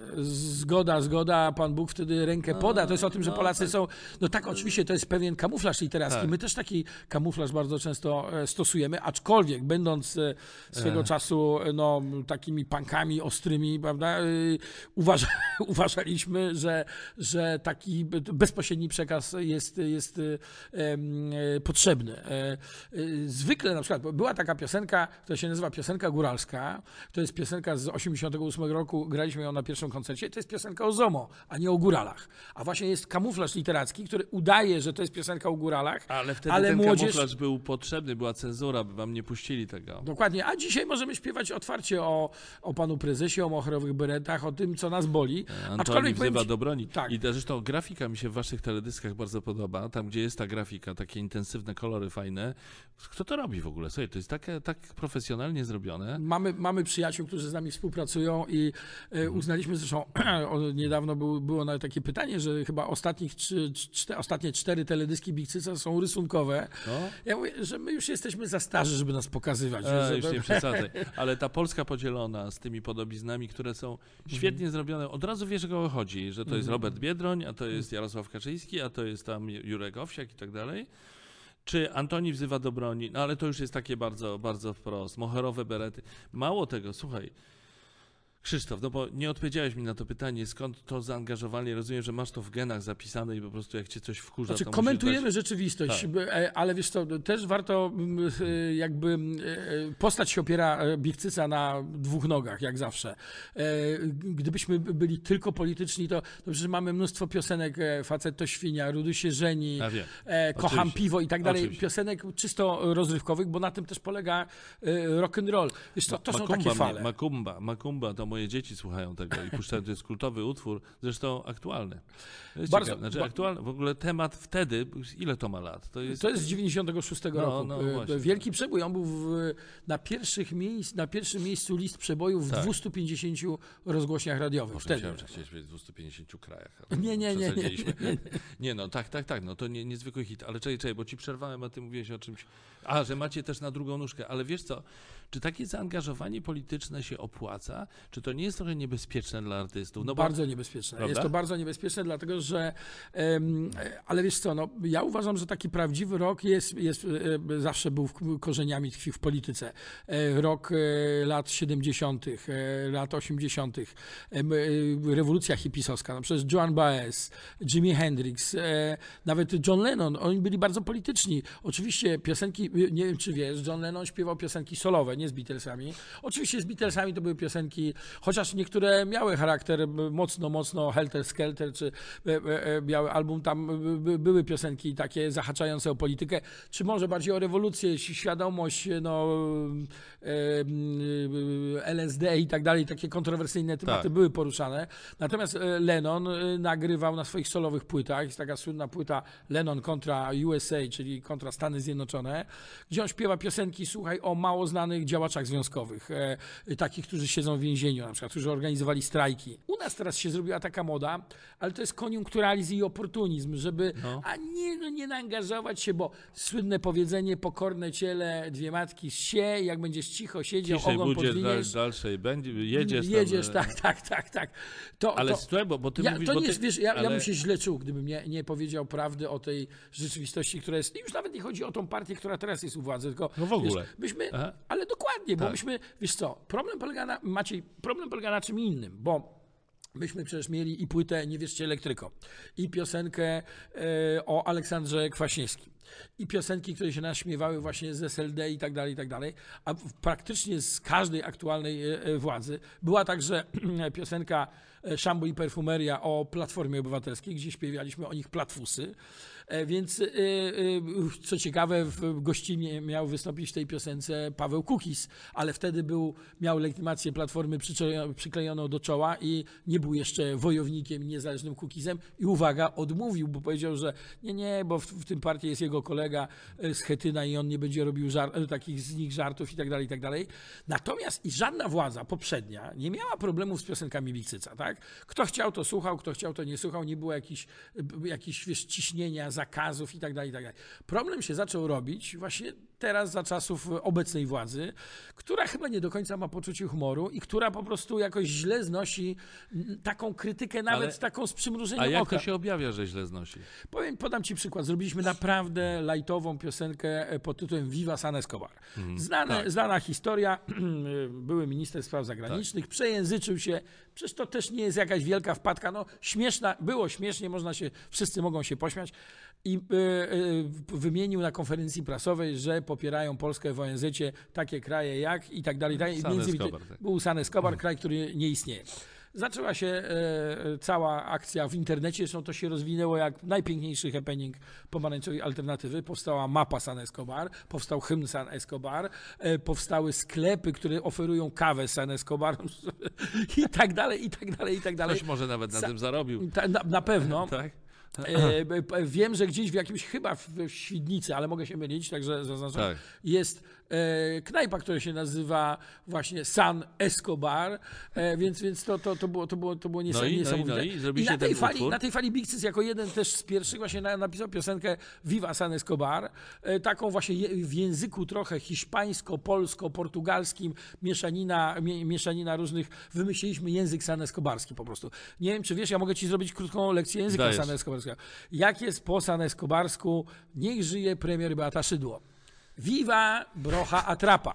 C: Zgoda, Pan Bóg wtedy rękę poda. To jest o tym, że Polacy są... No tak, oczywiście to jest pewien kamuflaż literacki.
B: Tak.
C: My też taki kamuflaż bardzo często stosujemy, aczkolwiek będąc swego czasu takimi punkami ostrymi, prawda, uważaliśmy, że taki bezpośredni przekaz jest potrzebny. Zwykle na przykład była taka piosenka, która się nazywa Piosenka Góralska. To jest piosenka z 88 roku, graliśmy ją na pierwszym koncercie. To jest piosenka o ZOMO, a nie o góralach. A właśnie jest kamuflaż literacki, który udaje, że to jest piosenka o góralach,
B: Ale wtedy ten
C: młodzież...
B: kamuflaż był potrzebny, była cenzura, by wam nie puścili tego.
C: Dokładnie, a dzisiaj możemy śpiewać otwarcie o panu prezesie, o moherowych beretach, o tym, co nas boli.
B: Antoni wzywa
C: powiem ci-
B: do broni.
C: Tak.
B: I zresztą grafika mi się w waszych teledyskach bardzo podoba. Tam, gdzie jest ta grafika, takie intensywne kolory fajne. Kto to robi w ogóle? Słuchaj, to jest tak profesjonalnie zrobione.
C: Mamy przyjaciół, którzy z nami współpracują i uznaliśmy, zresztą niedawno było nawet takie pytanie, że chyba ostatnie 4 teledyski Big-Cyca są rysunkowe.
B: No.
C: Ja mówię, że my już jesteśmy za starzy, żeby nas pokazywać.
B: Już nie przesadzaj. Ale ta Polska podzielona z tymi podobiznami, które są świetnie zrobione, od razu wiesz, o kogo chodzi, że to jest Robert Biedroń, a to jest Jarosław Kaczyński, a to jest tam Jurek Owsiak i tak dalej. Czy Antoni wzywa do broni, ale to już jest takie bardzo, bardzo wprost. Moherowe berety. Mało tego, słuchaj, Krzysztof, bo nie odpowiedziałeś mi na to pytanie, skąd to zaangażowanie? Rozumiem, że masz to w genach zapisane i po prostu jak cię coś wkurza,
C: Znaczy,
B: to
C: komentujemy
B: musisz
C: rzeczywistość,
B: Tak.
C: ale wiesz co, też warto jakby postać się opiera Big-Cyca na 2 nogach, jak zawsze. Gdybyśmy byli tylko polityczni, to przecież mamy mnóstwo piosenek, Facet to świnia, Rudy się żeni,
B: Ja wiem.
C: Kocham
B: Oczywiście.
C: piwo i tak dalej.
B: Oczywiście.
C: Piosenek czysto rozrywkowych, bo na tym też polega rock'n'roll. Wiesz co, to są takie fale.
B: Makumba, to moje dzieci słuchają tego i puszczają, to jest kultowy utwór, zresztą aktualny. To jest
C: Bardzo-
B: ciekawe. Znaczy, aktualny, w ogóle temat wtedy, ile to ma lat? To jest
C: z 96 roku.
B: właśnie.
C: Wielki przebój. On był na pierwszym miejscu list przebojów w
B: Tak.
C: 250 rozgłośniach radiowych.
B: Może
C: Wtedy.
B: myślałem, że chciałeś powiedzieć w 250 krajach.
C: Nie.
B: Przesadziliśmy. Nie no, tak, no to niezwykły hit, ale czekaj, bo ci przerwałem, a ty mówiłeś o czymś, że macie też na drugą nóżkę, ale wiesz co, czy takie zaangażowanie polityczne się opłaca, czy to nie jest trochę niebezpieczne dla artystów? No bo
C: Bardzo niebezpieczne.
B: Prawda?
C: Jest to bardzo niebezpieczne, dlatego że ale wiesz co, ja uważam, że taki prawdziwy rock zawsze był korzeniami tkwi w polityce. Rok lat 70., lat 80., rewolucja hipisowska, no przecież Joan Baez, Jimi Hendrix, nawet John Lennon, oni byli bardzo polityczni. Oczywiście piosenki, nie wiem czy wiesz, John Lennon śpiewał piosenki solowe, nie z Beatlesami. Oczywiście z Beatlesami to były piosenki chociaż niektóre miały charakter mocno helter-skelter, czy biały album, tam były piosenki takie zahaczające o politykę, czy może bardziej o rewolucję, świadomość, LSD i tak dalej, takie kontrowersyjne tematy były poruszane. Natomiast Lennon nagrywał na swoich solowych płytach, jest taka słynna płyta Lennon kontra USA, czyli kontra Stany Zjednoczone, gdzie on śpiewa piosenki, słuchaj, o mało znanych działaczach związkowych, takich, którzy siedzą w więzieniu, na przykład, którzy organizowali strajki. U nas teraz się zrobiła taka moda, ale to jest koniunkturalizm i oportunizm, żeby nie naangażować się, bo słynne powiedzenie, pokorne ciele, dwie matki zsie, jak będziesz cicho siedział,
B: Ciszej
C: ogon
B: budziesz,
C: podwiniesz.
B: dalszej będzie, jedziesz
C: Tak.
B: Ale słuchaj, bo ty mówisz...
C: To
B: bo
C: nie
B: ty,
C: jest, wiesz, ja
B: ale...
C: bym się źle czuł, gdybym nie powiedział prawdy o tej rzeczywistości, która jest... Już nawet nie chodzi o tą partię, która teraz jest u władzy, tylko...
B: No w ogóle.
C: Wiesz, myśmy,
B: Aha.
C: ale dokładnie, bo
B: Tak.
C: myśmy... Wiesz co, problem polega na czym innym, bo myśmy przecież mieli i płytę Nie wierzcie elektryko, i piosenkę o Aleksandrze Kwaśniewskim, i piosenki, które się naśmiewały właśnie z SLD i tak dalej, a praktycznie z każdej aktualnej władzy. Była także piosenka Szambo i Perfumeria o Platformie Obywatelskiej, gdzie śpiewaliśmy o nich platfusy. Więc co ciekawe, w gościnie miał wystąpić w tej piosence Paweł Kukiz, ale wtedy miał legitymację Platformy przyklejoną do czoła i nie był jeszcze wojownikiem niezależnym Kukizem i uwaga, odmówił, bo powiedział, że nie, bo w tym partii jest jego kolega z Chetyna i on nie będzie robił takich z nich żartów i tak dalej. Natomiast i żadna władza poprzednia nie miała problemów z piosenkami Big Cyca, tak? Kto chciał, to słuchał, kto chciał, to nie słuchał, nie było jakichś wiesz, ciśnienia, zakazów i tak dalej. Problem się zaczął robić właśnie teraz za czasów obecnej władzy, która chyba nie do końca ma poczucie humoru i która po prostu jakoś źle znosi taką krytykę, nawet taką z przymrużeniem oka.
B: A jak to się objawia, że źle znosi?
C: Podam ci przykład. Zrobiliśmy naprawdę lajtową piosenkę pod tytułem Viva San Escobar. Znana historia. Były minister spraw zagranicznych, przejęzyczył się. Przecież to też nie jest jakaś wielka wpadka. No, było śmiesznie, wszyscy mogą się pośmiać. I wymienił na konferencji prasowej, że popierają Polskę w ONZ-cie takie kraje jak i tak dalej. Był San Escobar, kraj, który nie istnieje. Zaczęła się cała akcja w internecie, zresztą to się rozwinęło jak najpiękniejszy happening pomarańczowej alternatywy. Powstała mapa San Escobar, powstał hymn San Escobar, powstały sklepy, które oferują kawę San Escobar i tak dalej.
B: Ktoś może nawet na tym zarobił.
C: Na pewno.
B: Tak?
C: Wiem, że gdzieś w jakimś, chyba w Świdnicy, ale mogę się mylić, także zaznaczam,
B: Tak.
C: jest knajpa, która się nazywa właśnie San Escobar, więc to było niesamowite.
B: I zrobiliście
C: na tej fali Big Cyc jako jeden też z pierwszych właśnie napisał piosenkę Viva San Escobar, taką właśnie w języku trochę hiszpańsko-polsko-portugalskim, mieszanina różnych, wymyśliliśmy język San Escobarski po prostu. Nie wiem, czy wiesz, ja mogę ci zrobić krótką lekcję języka San Escobarskiego. Jak jest po San Escobarsku? Niech żyje premier Beata Szydło. Viva Brocha Atrapa.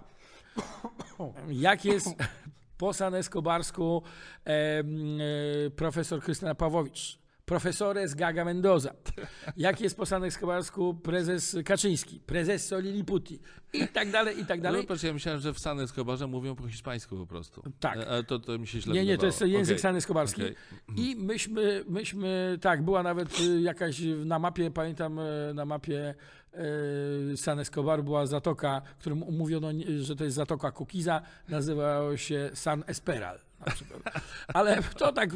C: Jak jest po San Escobarsku profesor Krystyna Pawłowicz? Profesores Gaga Mendoza. Jak jest po San Escobarsku prezes Kaczyński? Prezesso Liliputi. I tak dalej.
B: No, ja myślałem, że w San Escobarze mówią po hiszpańsku po prostu.
C: Tak.
B: Ale to mi się źle
C: Nie,
B: wydawało.
C: to jest język San Escobarski.
B: Okay.
C: I myśmy, tak, była nawet jakaś na mapie, pamiętam, na mapie San Escobar była zatoka, którą mówiono, że to jest zatoka Kukiza, nazywało się San Esperal na przykład. Ale to tak...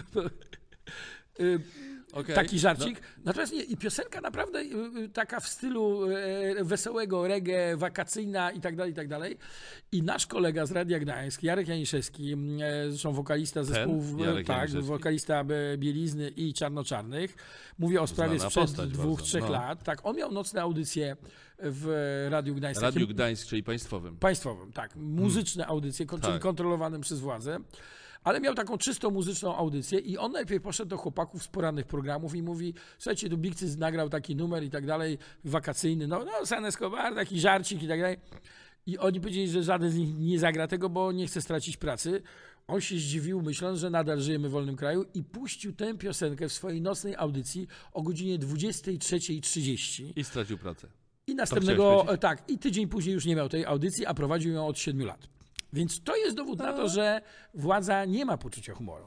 C: Taki żarcik. Natomiast i piosenka naprawdę taka w stylu wesołego reggae, wakacyjna i tak dalej. I nasz kolega z Radia Gdańsk, Jarek Janiszewski, zresztą wokalista zespołu, wokalista Bielizny i Czarnoczarnych, mówię o sprawie sprzed 2-3 lat. Tak, on miał nocne audycje w Radiu Gdańsk.
B: Radiu Gdańsk, czyli państwowym.
C: Państwowym, tak. Muzyczne audycje, czyli kontrolowanym przez władzę. Ale miał taką czystą muzyczną audycję i on najpierw poszedł do chłopaków z porannych programów i mówi, słuchajcie, tu Big Cyc nagrał taki numer i tak dalej, wakacyjny, no San Escobar, taki żarcik i tak dalej. I oni powiedzieli, że żaden z nich nie zagra tego, bo nie chce stracić pracy. On się zdziwił, myśląc, że nadal żyjemy w wolnym kraju i puścił tę piosenkę w swojej nocnej audycji o godzinie 23:30.
B: I stracił pracę.
C: I następnego, i tydzień później już nie miał tej audycji, a prowadził ją od 7 lat. Więc to jest dowód na to, że władza nie ma poczucia humoru.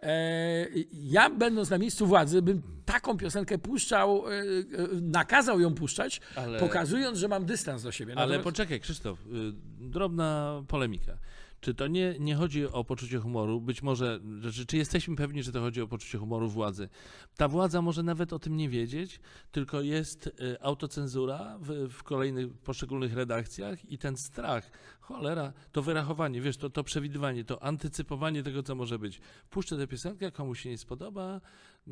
C: Ja będąc na miejscu władzy bym taką piosenkę puszczał, nakazał ją puszczać, pokazując, że mam dystans do siebie.
B: Ale poczekaj, Krzysztof, drobna polemika. Czy to nie chodzi o poczucie humoru? Być może, czy jesteśmy pewni, że to chodzi o poczucie humoru władzy? Ta władza może nawet o tym nie wiedzieć, tylko jest autocenzura w kolejnych, poszczególnych redakcjach i ten strach, cholera, to wyrachowanie, wiesz, to przewidywanie, to antycypowanie tego, co może być. Puszczę tę piosenkę, komuś się nie spodoba,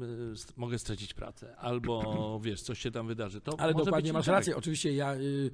B: mogę stracić pracę, albo wiesz, coś się tam wydarzy. To
C: ale
B: może
C: dokładnie
B: być
C: masz rację. Oczywiście ja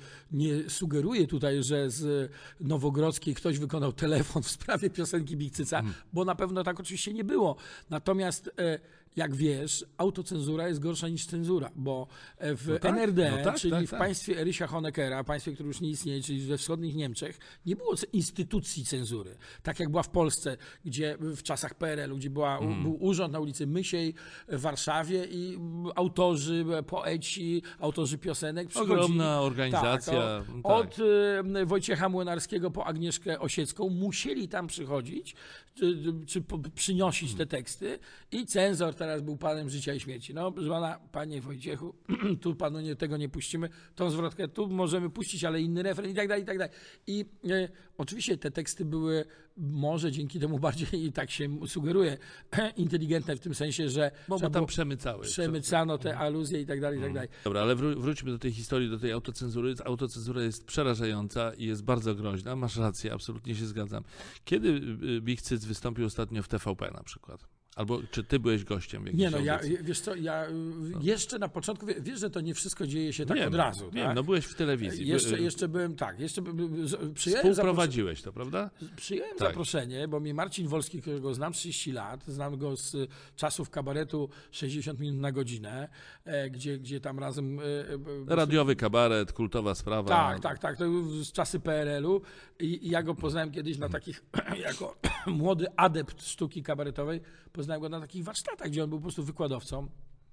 C: nie sugeruję tutaj, że z Nowogrodzkiej ktoś wykonał telefon w sprawie piosenki Big Cyca, bo na pewno tak oczywiście nie było. Natomiast jak wiesz, autocenzura jest gorsza niż cenzura, bo w NRD, czyli w państwie Erysia Honeckera, państwie, które już nie istnieje, czyli we wschodnich Niemczech, nie było instytucji cenzury. Tak jak była w Polsce, gdzie w czasach PRL-u, gdzie był urząd na ulicy Mysiej w Warszawie i autorzy, poeci, autorzy piosenek przychodzili.
B: Ogromna organizacja.
C: Od Wojciecha Młynarskiego po Agnieszkę Osiecką musieli tam przychodzić, czy przynosić te teksty i cenzor teraz był panem życia i śmierci. No, proszę pana, panie Wojciechu, tu panu tego nie puścimy, tą zwrotkę tu możemy puścić, ale inny refren i tak dalej, i tak dalej. I oczywiście te teksty były może dzięki temu bardziej, tak się sugeruje, inteligentne w tym sensie, że
B: bo tam
C: przemycano te aluzje i tak dalej, i tak dalej.
B: Dobra, ale wróćmy do tej historii, do tej autocenzury. Autocenzura jest przerażająca i jest bardzo groźna. Masz rację, absolutnie się zgadzam. Kiedy Big Cyc wystąpił ostatnio w TVP na przykład? Albo czy ty byłeś gościem w jakiejś audycji?
C: Wiesz co, jeszcze na początku, wiesz, że to nie wszystko dzieje się tak od razu.
B: Wiem,
C: tak?
B: no byłeś w telewizji.
C: Jeszcze byłem,
B: Współprowadziłeś to, prawda?
C: Przyjąłem zaproszenie, bo mnie Marcin Wolski, którego znam 30 lat, znam go z czasów kabaretu 60 minut na godzinę, gdzie tam razem...
B: Radiowy kabaret, kultowa sprawa.
C: Tak, to z czasy PRL-u i ja go poznałem kiedyś na takich, jako młody adept sztuki kabaretowej, poznałem go na takich warsztatach, gdzie on był po prostu wykładowcą.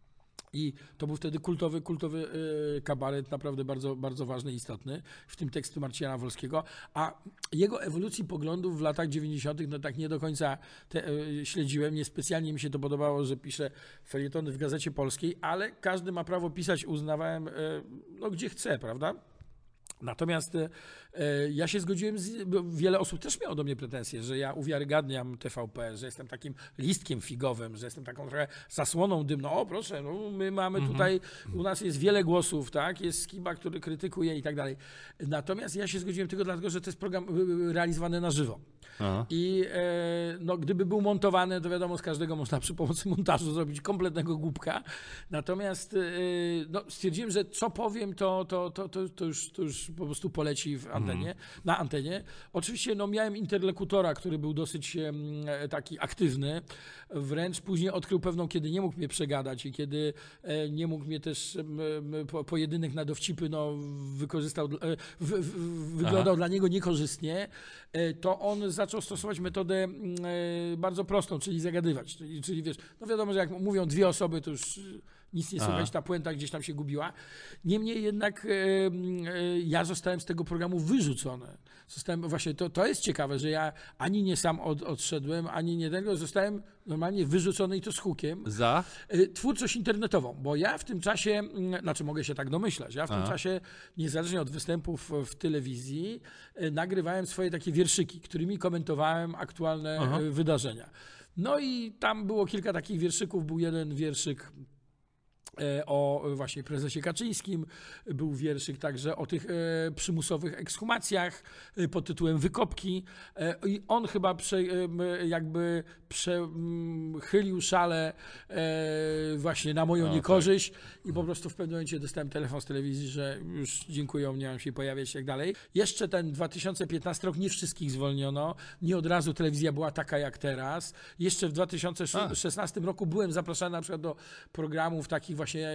C: I to był wtedy kultowy kabaret, naprawdę bardzo, bardzo ważny i istotny, w tym teksty Marcina Wolskiego, a jego ewolucji poglądów w latach 90. no tak nie do końca śledziłem, niespecjalnie mi się to podobało, że pisze felietony w Gazecie Polskiej, ale każdy ma prawo pisać, uznawałem, gdzie chce, prawda? Natomiast ja się zgodziłem, bo wiele osób też miało do mnie pretensje, że ja uwiarygadniam TVP, że jestem takim listkiem figowym, że jestem taką trochę zasłoną dymną. O proszę, my mamy tutaj, u nas jest wiele głosów, tak? Jest Skiba, który krytykuje i tak dalej. Natomiast ja się zgodziłem tylko dlatego, że to jest program realizowany na żywo. Aha. I gdyby był montowany, to wiadomo, z każdego można przy pomocy montażu zrobić kompletnego głupka. Natomiast stwierdziłem, że co powiem, to już po prostu poleci na antenie. Oczywiście miałem interlokutora, który był dosyć taki aktywny. Wręcz później odkrył pewną, kiedy nie mógł mnie przegadać i kiedy nie mógł mnie też pojedynek na dowcipy wykorzystał, wyglądał dla niego niekorzystnie, to on zaczął stosować metodę bardzo prostą, czyli zagadywać. Czyli wiesz, wiadomo, że jak mówią dwie osoby, to już nic nie słychać, ta puenta gdzieś tam się gubiła. Niemniej jednak ja zostałem z tego programu wyrzucony. Właśnie to jest ciekawe, że ja ani nie sam odszedłem, ani nie tego, zostałem normalnie wyrzucony i to z hukiem.
B: Za?
C: Twórczość internetową, bo ja w tym czasie, mogę się tak domyślać, ja w tym czasie, niezależnie od występów w telewizji, nagrywałem swoje takie wierszyki, którymi komentowałem aktualne wydarzenia. No i tam było kilka takich wierszyków, był jeden wierszyk o właśnie prezesie Kaczyńskim, był wierszyk także o tych przymusowych ekshumacjach pod tytułem Wykopki i on chyba przechylił szale właśnie na moją niekorzyść i po prostu w pewnym momencie dostałem telefon z telewizji, że już dziękuję, nie mam się pojawiać i tak dalej. Jeszcze ten 2015 rok nie wszystkich zwolniono, nie od razu telewizja była taka jak teraz. Jeszcze w 2016 roku byłem zapraszany na przykład do programów takich właśnie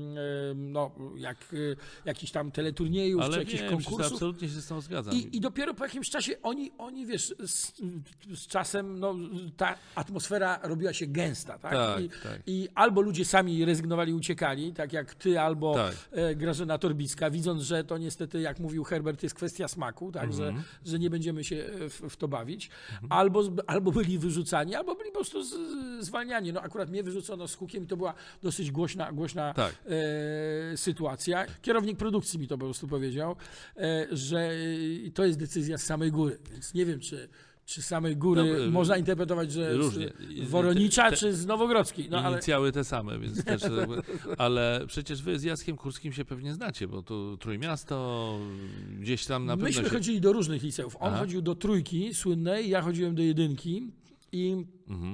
C: jakichś tam teleturniejów, czy
B: Ale
C: jakichś
B: wiem,
C: konkursów.
B: absolutnie się z tą zgadzam.
C: I dopiero po jakimś czasie oni wiesz, z czasem ta atmosfera robiła się gęsta, tak?
B: Tak.
C: I albo ludzie sami rezygnowali, uciekali, tak jak ty, albo
B: Tak.
C: Grażyna Torbicka, widząc, że to niestety, jak mówił Herbert, jest kwestia smaku, tak? Że nie będziemy się w to bawić. Albo byli wyrzucani, albo byli po prostu zwalniani. No akurat mnie wyrzucono z Hukiem i to była dosyć głośna
B: Tak.
C: sytuacja. Kierownik produkcji mi to po prostu powiedział, że to jest decyzja z samej góry, więc nie wiem, czy z samej góry można interpretować, że
B: różnie.
C: z Woronicza, czy z Nowogrodzkiej. No, ale...
B: Inicjały te same, więc też... ale przecież wy z Jackiem Kurskim się pewnie znacie, bo to Trójmiasto, gdzieś tam na pewno
C: Myśmy chodzili do różnych liceów. On chodził do Trójki słynnej, ja chodziłem do Jedynki i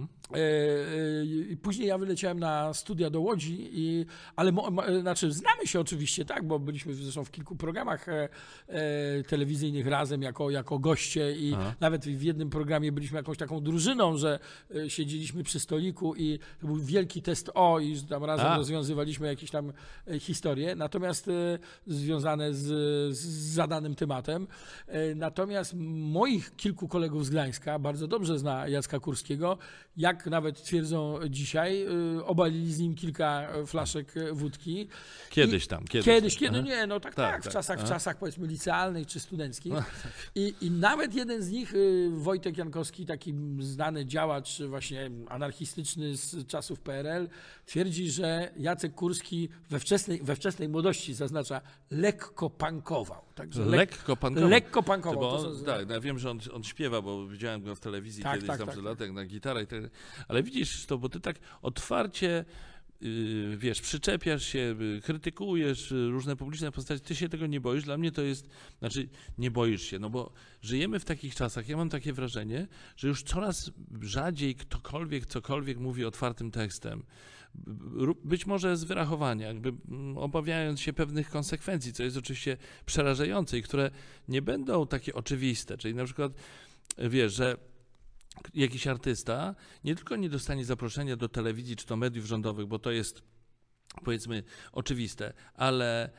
C: później ja wyleciałem na studia do Łodzi, ale znaczy znamy się oczywiście, tak, bo byliśmy zresztą w kilku programach telewizyjnych razem jako goście i nawet w jednym programie byliśmy jakąś taką drużyną, że siedzieliśmy przy stoliku i to był wielki test i że tam razem rozwiązywaliśmy jakieś tam historie, natomiast związane z zadanym tematem. Natomiast moich kilku kolegów z Gdańska bardzo dobrze zna Jacka Kurskiego, jak nawet twierdzą dzisiaj, obalili z nim kilka flaszek wódki.
B: Kiedyś.
C: Nie, no tak, w czasach powiedzmy licealnych czy studenckich. I nawet jeden z nich, Wojtek Jankowski, taki znany działacz właśnie anarchistyczny z czasów PRL, twierdzi, że Jacek Kurski we wczesnej młodości, zaznacza, lekko punkował. Także lekko punkował.
B: Tak, ja wiem, że on śpiewa, bo widziałem go w telewizji kiedyś tam przed latem na gitarę. Ale widzisz to, bo ty tak otwarcie wiesz, przyczepiasz się, krytykujesz różne publiczne postacie, ty się tego nie boisz. Dla mnie to jest, nie boisz się, no bo żyjemy w takich czasach, ja mam takie wrażenie, że już coraz rzadziej ktokolwiek cokolwiek mówi otwartym tekstem. Być może z wyrachowania, jakby obawiając się pewnych konsekwencji, co jest oczywiście przerażające i które nie będą takie oczywiste, czyli na przykład wiesz, że jakiś artysta nie tylko nie dostanie zaproszenia do telewizji czy do mediów rządowych, bo to jest powiedzmy oczywiste, ale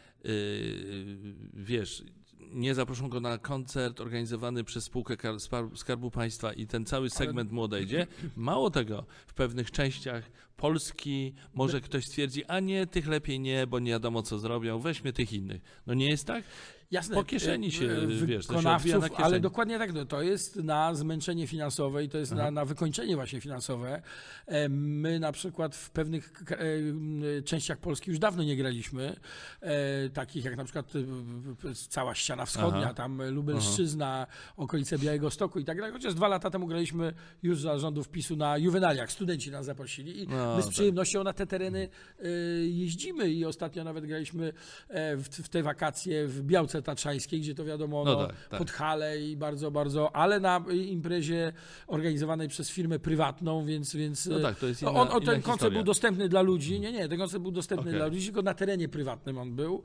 B: wiesz, nie zaproszą go na koncert organizowany przez spółkę Skarbu Państwa i ten cały segment mu odejdzie. Mało tego, w pewnych częściach Polski może ktoś stwierdzi, a nie, tych lepiej nie, bo nie wiadomo co zrobią, weźmy tych innych. No nie jest tak?
C: Jasne,
B: po kieszeni się, wiesz, to się
C: odbija na kieszeni. Ale dokładnie tak, to jest na zmęczenie finansowe i to jest na wykończenie właśnie finansowe. My na przykład w pewnych częściach Polski już dawno nie graliśmy, takich jak na przykład cała ściana wschodnia, tam Lubelszczyzna, okolice Białegostoku i tak dalej, chociaż 2 lata temu graliśmy już za rządów PiS-u na Juwenaliach, studenci nas zaprosili i my z przyjemnością na te tereny jeździmy i ostatnio nawet graliśmy w te wakacje w Białce Tatrzańskiej, gdzie to wiadomo, Podhale i bardzo, ale na imprezie organizowanej przez firmę prywatną, więc
B: to jest
C: ten koncert był dostępny dla ludzi, ten koncert był dostępny dla ludzi, tylko na terenie prywatnym on był,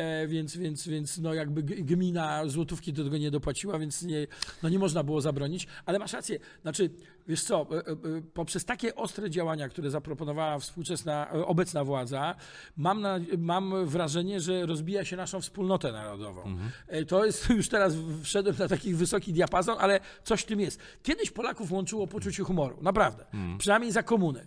C: więc no jakby gmina złotówki do tego nie dopłaciła, więc nie można było zabronić, ale masz rację, wiesz co, poprzez takie ostre działania, które zaproponowała obecna władza, mam wrażenie, że rozbija się naszą wspólnotę narodową. To jest, już teraz wszedłem na taki wysoki diapazon, ale coś w tym jest. Kiedyś Polaków łączyło poczucie humoru, naprawdę. Przynajmniej za komuny.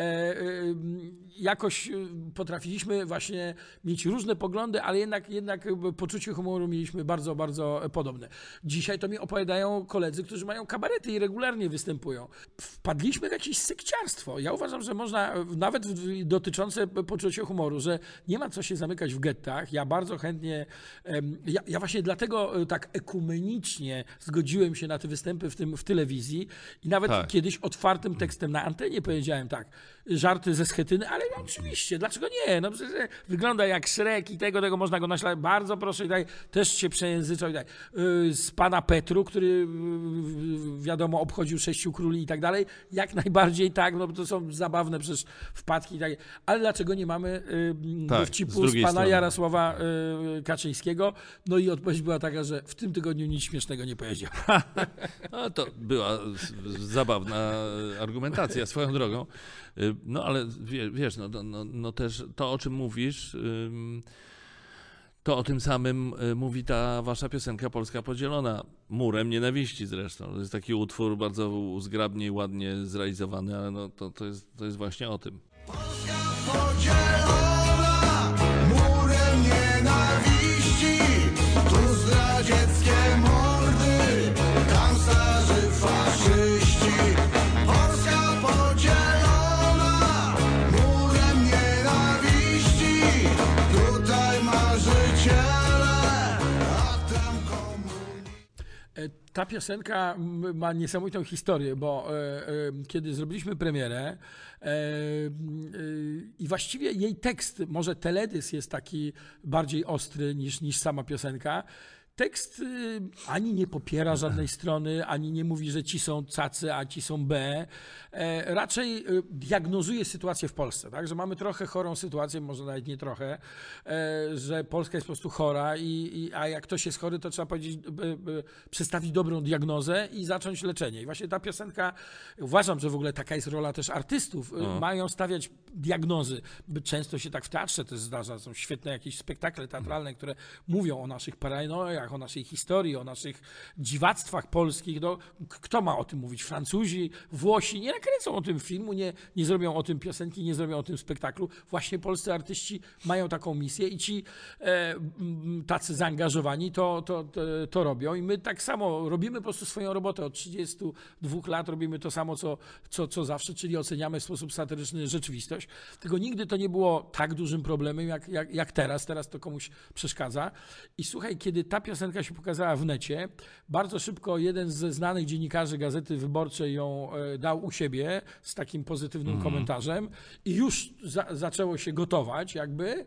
C: Jakoś potrafiliśmy właśnie mieć różne poglądy, ale jednak poczucie humoru mieliśmy bardzo, bardzo podobne. Dzisiaj to mi opowiadają koledzy, którzy mają kabarety i regularnie występują. Wpadliśmy w jakieś sekciarstwo. Ja uważam, że można, nawet dotyczące poczucia humoru, że nie ma co się zamykać w gettach. Ja bardzo chętnie, ja właśnie dlatego tak ekumenicznie zgodziłem się na te występy w telewizji i nawet kiedyś otwartym tekstem na antenie powiedziałem tak, żarty ze Schetyny, ale oczywiście, dlaczego nie? No przecież wygląda jak Szrek i tego można go naśladować. Bardzo proszę, też się przejęzyczał. Z pana Petru, który wiadomo obchodził 6 króli i tak dalej, jak najbardziej tak, no bo to są zabawne przecież wpadki i tak. Ale dlaczego nie mamy dowcipu z pana Jarosława Kaczyńskiego, No i odpowiedź była taka, że w tym tygodniu nic śmiesznego nie powiedział.
B: No to była zabawna argumentacja swoją drogą. No ale wiesz, no też to, o czym mówisz, to o tym samym mówi ta wasza piosenka Polska podzielona. Murem nienawiści zresztą. To jest taki utwór bardzo zgrabnie i ładnie zrealizowany, ale no to jest właśnie o tym.
A: Polska podzielona murem nienawiści, tu zdradzieckie mordy, tam starzy faszyści. Polska podzielona murem nienawiści, tutaj marzyciele, a tam komuniści.
C: Ta piosenka ma niesamowitą historię, bo kiedy zrobiliśmy premierę i właściwie jej tekst, może teledysk jest taki bardziej ostry niż sama piosenka. Tekst ani nie popiera żadnej strony, ani nie mówi, że ci są cacy, a ci są B. Raczej diagnozuje sytuację w Polsce, tak? Że mamy trochę chorą sytuację, może nawet nie trochę, że Polska jest po prostu chora, a jak ktoś jest chory, to trzeba powiedzieć, przedstawić dobrą diagnozę i zacząć leczenie. I właśnie ta piosenka, uważam, że w ogóle taka jest rola też artystów, mają stawiać diagnozy. Często się tak w teatrze też zdarza, są świetne jakieś spektakle teatralne, które mówią o naszych paranojach, o naszej historii, o naszych dziwactwach polskich. No, kto ma o tym mówić? Francuzi, Włosi nie nakręcą o tym filmu, nie zrobią o tym piosenki, nie zrobią o tym spektaklu. Właśnie polscy artyści mają taką misję i ci tacy zaangażowani to robią. I my tak samo robimy po prostu swoją robotę. Od 32 lat robimy to samo, co zawsze, czyli oceniamy w sposób satyryczny rzeczywistość. Tylko nigdy to nie było tak dużym problemem, jak teraz. Teraz to komuś przeszkadza. I słuchaj, kiedy ta piosenka się pokazała w necie, bardzo szybko jeden ze znanych dziennikarzy Gazety Wyborczej ją dał u siebie z takim pozytywnym komentarzem i już zaczęło się gotować jakby.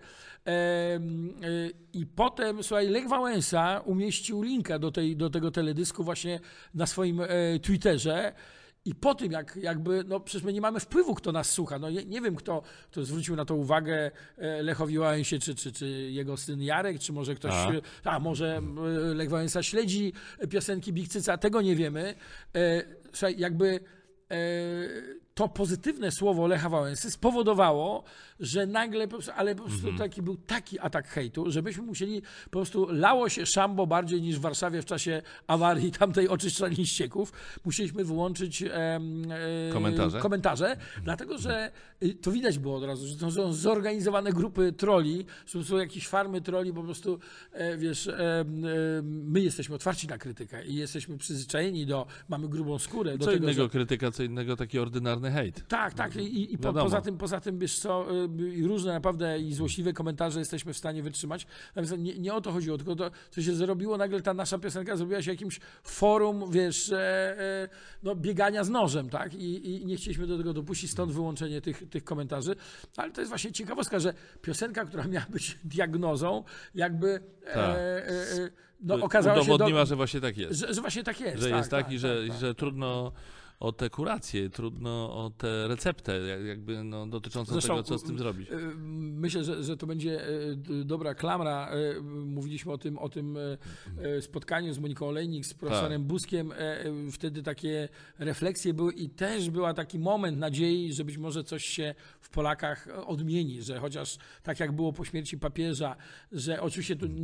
C: I potem, słuchaj, Lech Wałęsa umieścił linka do tego teledysku właśnie na swoim Twitterze. I po tym, jakby, no przecież my nie mamy wpływu, kto nas słucha. No nie wiem, kto zwrócił na to uwagę Lechowi Wałęsie, czy jego syn Jarek, czy może ktoś, może Lech Wałęsa śledzi piosenki Big Cyca, tego nie wiemy. Słuchaj, jakby to pozytywne słowo Lecha Wałęsy spowodowało, że nagle, po prostu taki był taki atak hejtu, że byśmy musieli, po prostu lało się szambo bardziej niż w Warszawie w czasie awarii tamtej oczyszczalni ścieków. Musieliśmy wyłączyć komentarze, dlatego że to widać było od razu, że to są zorganizowane grupy trolli, że są jakieś farmy trolli, po prostu, wiesz, my jesteśmy otwarci na krytykę i jesteśmy przyzwyczajeni mamy grubą skórę.
B: Co innego krytyka, co innego taki ordynarny hejt.
C: Tak. I poza tym, wiesz co, różne naprawdę i złośliwe komentarze jesteśmy w stanie wytrzymać. Nie o to chodziło, tylko to, co się zrobiło, nagle ta nasza piosenka zrobiła się jakimś forum, wiesz, biegania z nożem, tak? I nie chcieliśmy do tego dopuścić, stąd wyłączenie tych komentarzy. Ale to jest właśnie ciekawostka, że piosenka, która miała być diagnozą, jakby okazała się...
B: Udowodniła, że właśnie tak jest.
C: Że właśnie tak jest.
B: Że jest tak i że trudno o te kuracje, trudno o tę receptę, jakby dotyczącą tego, co z tym zrobić.
C: Myślę, że to będzie dobra klamra. Mówiliśmy o tym spotkaniu z Moniką Olejnik, z profesorem Buskiem. Wtedy takie refleksje były i też był taki moment nadziei, że być może coś się w Polakach odmieni, że chociaż tak jak było po śmierci papieża, że oczywiście tu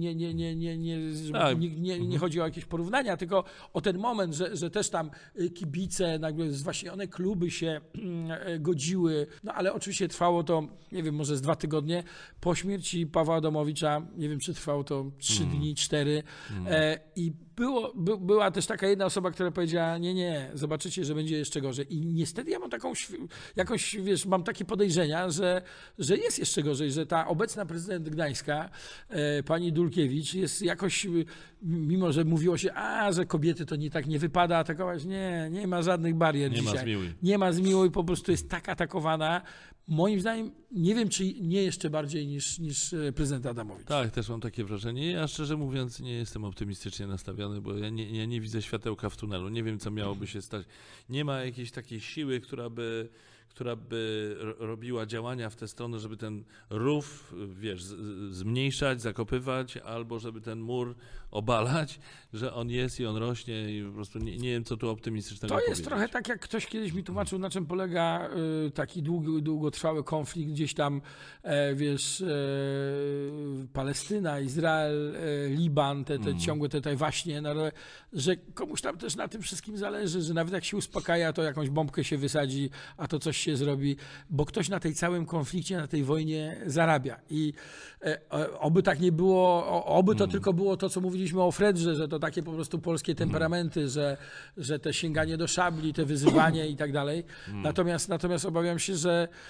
C: nie chodzi o jakieś porównania, tylko o ten moment, że też tam kibice, nagle zwaśnione kluby się godziły, ale oczywiście trwało to, nie wiem, może z 2 tygodnie. Po śmierci Pawła Adamowicza, nie wiem, czy trwało to 3 dni, 4. I była też taka jedna osoba, która powiedziała, nie, zobaczycie, że będzie jeszcze gorzej. I niestety ja mam mam takie podejrzenia, że jest jeszcze gorzej, że ta obecna prezydent Gdańska, pani Dulkiewicz, jest jakoś, mimo że mówiło się, że kobiety to nie wypada atakować, nie ma żadnych barier dzisiaj. Nie ma zmiłuj, po prostu jest tak atakowana. Moim zdaniem, nie wiem, czy nie jeszcze bardziej niż prezydent Adamowicz.
B: Tak, też mam takie wrażenie. Ja szczerze mówiąc nie jestem optymistycznie nastawiony, bo ja nie widzę światełka w tunelu. Nie wiem, co miałoby się stać. Nie ma jakiejś takiej siły, która by robiła działania w tę stronę, żeby ten rów, wiesz, zmniejszać, zakopywać, albo żeby ten mur obalać, że on jest i on rośnie i po prostu nie wiem, co tu optymistycznego
C: To jest
B: powiedzieć.
C: trochę tak, jak ktoś kiedyś mi tłumaczył, na czym polega taki długotrwały konflikt gdzieś tam, wiesz, Palestyna, Izrael, Liban, te ciągłe te właśnie, że komuś tam też na tym wszystkim zależy, że nawet jak się uspokaja, to jakąś bombkę się wysadzi, a to coś się zrobi, bo ktoś na tej całym konflikcie, na tej wojnie zarabia. I oby tak nie było, oby to tylko było to, co mówiliśmy o Fredrze, że to takie po prostu polskie temperamenty, że te sięganie do szabli, te wyzywanie i tak dalej. Natomiast obawiam się,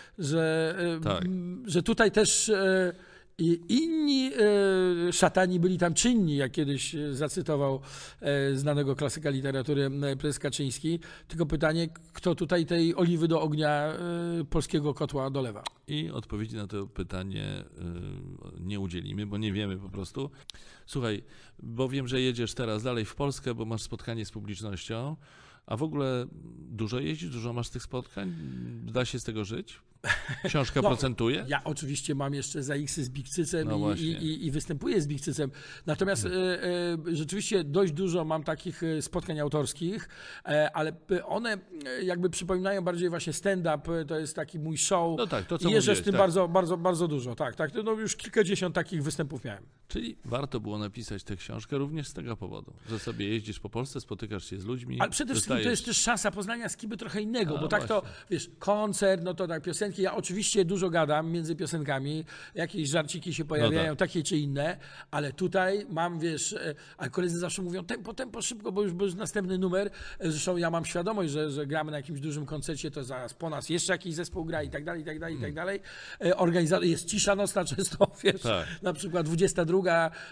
C: że tutaj też i inni szatani byli tam czynni, jak kiedyś zacytował znanego klasyka literatury prezes Kaczyński. Tylko pytanie, kto tutaj tej oliwy do ognia polskiego kotła dolewa?
B: I odpowiedzi na to pytanie nie udzielimy, bo nie wiemy po prostu. Słuchaj, bo wiem, że jedziesz teraz dalej w Polskę, bo masz spotkanie z publicznością, a w ogóle dużo jeździsz, dużo masz tych spotkań? Da się z tego żyć? Książka procentuje?
C: Ja oczywiście mam jeszcze ZAX-y z Bigcycem i występuję z Bigcycem. Natomiast rzeczywiście dość dużo mam takich spotkań autorskich, ale one jakby przypominają bardziej właśnie stand-up, to jest taki mój show.
B: No tak, to co
C: i jeżdżę
B: mówiłeś,
C: z tym
B: tak.
C: bardzo, bardzo, bardzo dużo. Tak. No już kilkadziesiąt takich występów miałem.
B: Czyli warto było napisać tę książkę również z tego powodu, że sobie jeździsz po Polsce, spotykasz się z ludźmi.
C: Ale przede wszystkim to jest też szansa poznania Skiby trochę innego, bo tak
B: właśnie.
C: to, wiesz, koncert, no to tak, piosenki, ja oczywiście dużo gadam między piosenkami, jakieś żarciki się pojawiają, takie czy inne, ale tutaj mam, wiesz, a koledzy zawsze mówią tempo, szybko, bo już następny numer, zresztą ja mam świadomość, że gramy na jakimś dużym koncercie, to zaraz po nas jeszcze jakiś zespół gra i tak dalej, i tak dalej, i tak dalej. Jest cisza nocna często, wiesz, na przykład 22.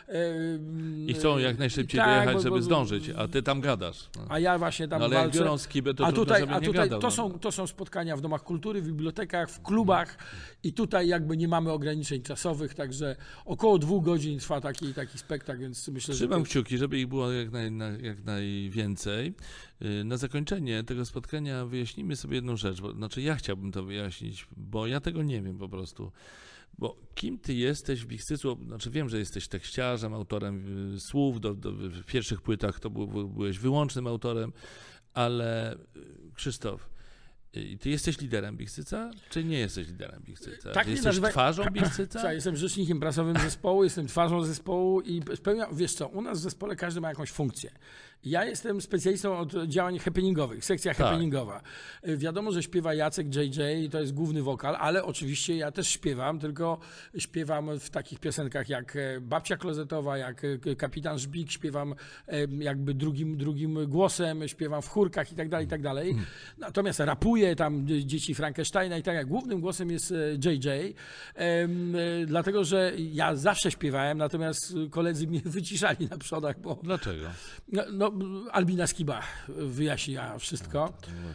B: I chcą jak najszybciej
C: tak,
B: dojechać, żeby zdążyć, a ty tam gadasz. No.
C: A ja właśnie tam
B: ale jak
C: walczę.
B: biorą Skibę, to
C: a tutaj
B: nie gadał.
C: to są spotkania w domach kultury, w bibliotekach, w klubach i tutaj jakby nie mamy ograniczeń czasowych, także około 2 godzin trwa taki spektakl, więc myślę, że...
B: Trzymam kciuki, żeby ich było jak najwięcej. Na zakończenie tego spotkania wyjaśnimy sobie jedną rzecz, znaczy ja chciałbym to wyjaśnić, bo ja tego nie wiem po prostu. Bo kim ty jesteś w Bigcycu? Znaczy wiem, że jesteś tekściarzem, autorem słów, w pierwszych płytach to byłeś wyłącznym autorem, ale Krzysztof, ty jesteś liderem Bigcyca, czy nie jesteś liderem Bigcyca?
C: Tak,
B: jesteś twarzą Bigcyca?
C: Ja jestem rzecznikiem prasowym zespołu, jestem twarzą zespołu i spełniam, wiesz co, u nas w zespole każdy ma jakąś funkcję. Ja jestem specjalistą od działań happeningowych, sekcja happeningowa. Wiadomo, że śpiewa Jacek JJ, to jest główny wokal, ale oczywiście ja też śpiewam, tylko śpiewam w takich piosenkach jak Babcia Klozetowa, jak Kapitan Żbik, śpiewam jakby drugim głosem, śpiewam w chórkach i tak dalej. Natomiast rapuję tam dzieci Frankensteina i tak jak głównym głosem jest JJ, dlatego, że ja zawsze śpiewałem, natomiast koledzy mnie wyciszali na przodach, bo...
B: Dlaczego?
C: No, Albina Skiba wyjaśnia wszystko.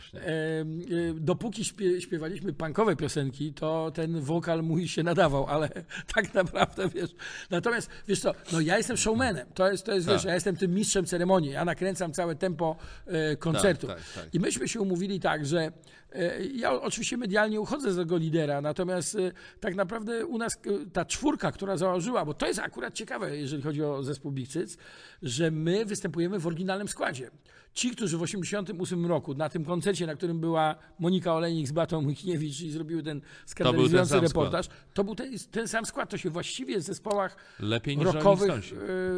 C: Dopóki śpiewaliśmy punkowe piosenki, to ten wokal mój się nadawał, ale tak naprawdę, wiesz. Natomiast, wiesz co, no ja jestem showmanem. To jest wiesz, ja jestem tym mistrzem ceremonii. Ja nakręcam całe tempo koncertu. Tak. I myśmy się umówili tak, że ja oczywiście medialnie uchodzę z tego lidera, natomiast tak naprawdę u nas ta czwórka, która założyła, bo to jest akurat ciekawe, jeżeli chodzi o zespół Bigcyc, że my występujemy w oryginalnym składzie. Ci, którzy w 1988 roku na tym koncercie, na którym była Monika Olejnik z Beatą Michniewicz i zrobiły ten skandalizujący reportaż, to był ten sam skład. To się właściwie w zespołach rockowych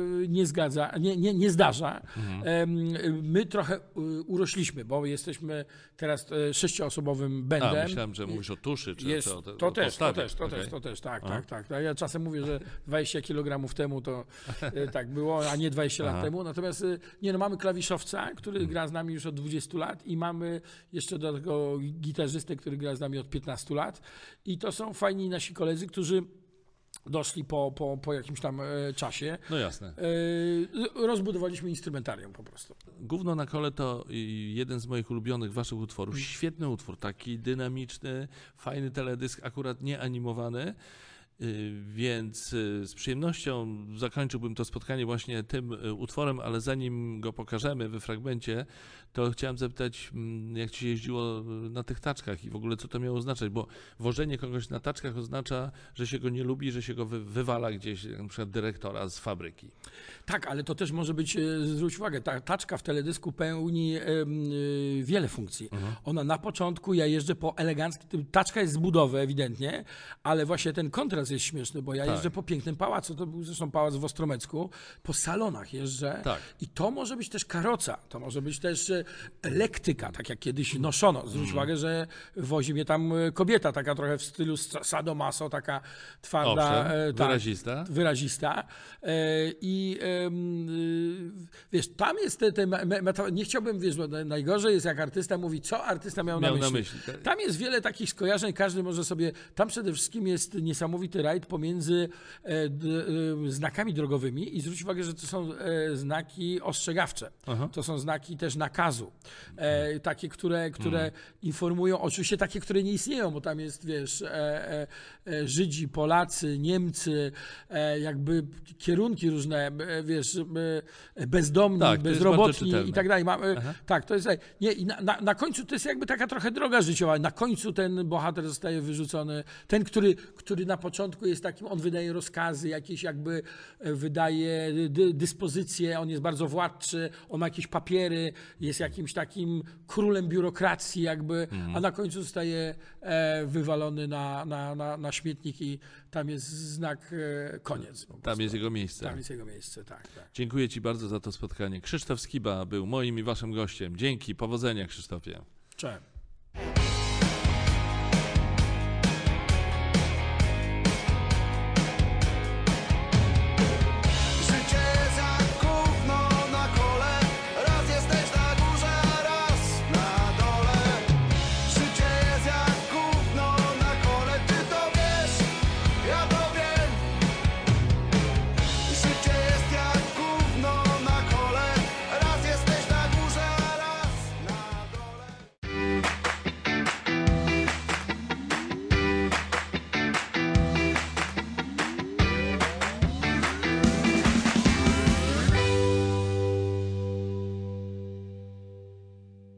C: nie zdarza. My trochę urośliśmy, bo jesteśmy teraz 6-osobowym bandem.
B: Myślałem, że mówisz o tuszy. Czy
C: to też, tak. Ja czasem mówię, że 20 kg temu to tak było, a nie 20 lat temu. Natomiast mamy klawiszowca, który gra z nami już od 20 lat i mamy jeszcze do tego gitarzystę, który gra z nami od 15 lat. I to są fajni nasi koledzy, którzy doszli po jakimś tam czasie.
B: No jasne.
C: Rozbudowaliśmy instrumentarium po prostu.
B: Gówno na kole to jeden z moich ulubionych waszych utworów. Świetny utwór, taki dynamiczny, fajny teledysk, akurat nie animowany. Więc z przyjemnością zakończyłbym to spotkanie właśnie tym utworem, ale zanim go pokażemy we fragmencie, to chciałem zapytać, jak ci się jeździło na tych taczkach i w ogóle co to miało oznaczać, bo wożenie kogoś na taczkach oznacza, że się go nie lubi, że się go wywala gdzieś, na przykład dyrektora z fabryki.
C: Tak, ale to też może być, zwróć uwagę, ta taczka w teledysku pełni wiele funkcji. Ona na początku, ja jeżdżę po eleganckim, taczka jest z budowy ewidentnie, ale właśnie ten kontrast jest śmieszny, bo ja jeżdżę po pięknym pałacu, to był zresztą pałac w Ostromecku, po salonach jeżdżę i to może być też karoca, to może być też lektyka, tak jak kiedyś noszono. Zwróć uwagę, że wozi mnie tam kobieta, taka trochę w stylu sadomaso, taka twarda.
B: Wyrazista.
C: Wyrazista. I wiesz, tam jest nie chciałbym, wiesz, bo najgorzej jest jak artysta mówi, co artysta miał na myśli.
B: Tak.
C: Tam jest wiele takich skojarzeń, każdy może sobie, tam przede wszystkim jest niesamowity rajd pomiędzy znakami drogowymi i zwróć uwagę, że to są znaki ostrzegawcze. To są znaki też nakazu. Takie, które informują, oczywiście takie, które nie istnieją, bo tam jest, wiesz, Żydzi, Polacy, Niemcy, jakby kierunki różne, wiesz, bezdomni, bezrobotni i tak dalej. Tak, to jest. Nie, i na końcu to jest jakby taka trochę droga życiowa. Na końcu ten bohater zostaje wyrzucony. Ten, który na początku jest takim, on wydaje rozkazy, jakieś jakby wydaje dyspozycje, on jest bardzo władczy, on ma jakieś papiery, jest jakimś takim królem biurokracji jakby, a na końcu zostaje wywalony na śmietnik i tam jest znak koniec.
B: Tam jest jego miejsce.
C: Tam jest jego miejsce, tak.
B: Dziękuję ci bardzo za to spotkanie. Krzysztof Skiba był moim i waszym gościem. Dzięki, powodzenia Krzysztofie.
C: Cześć.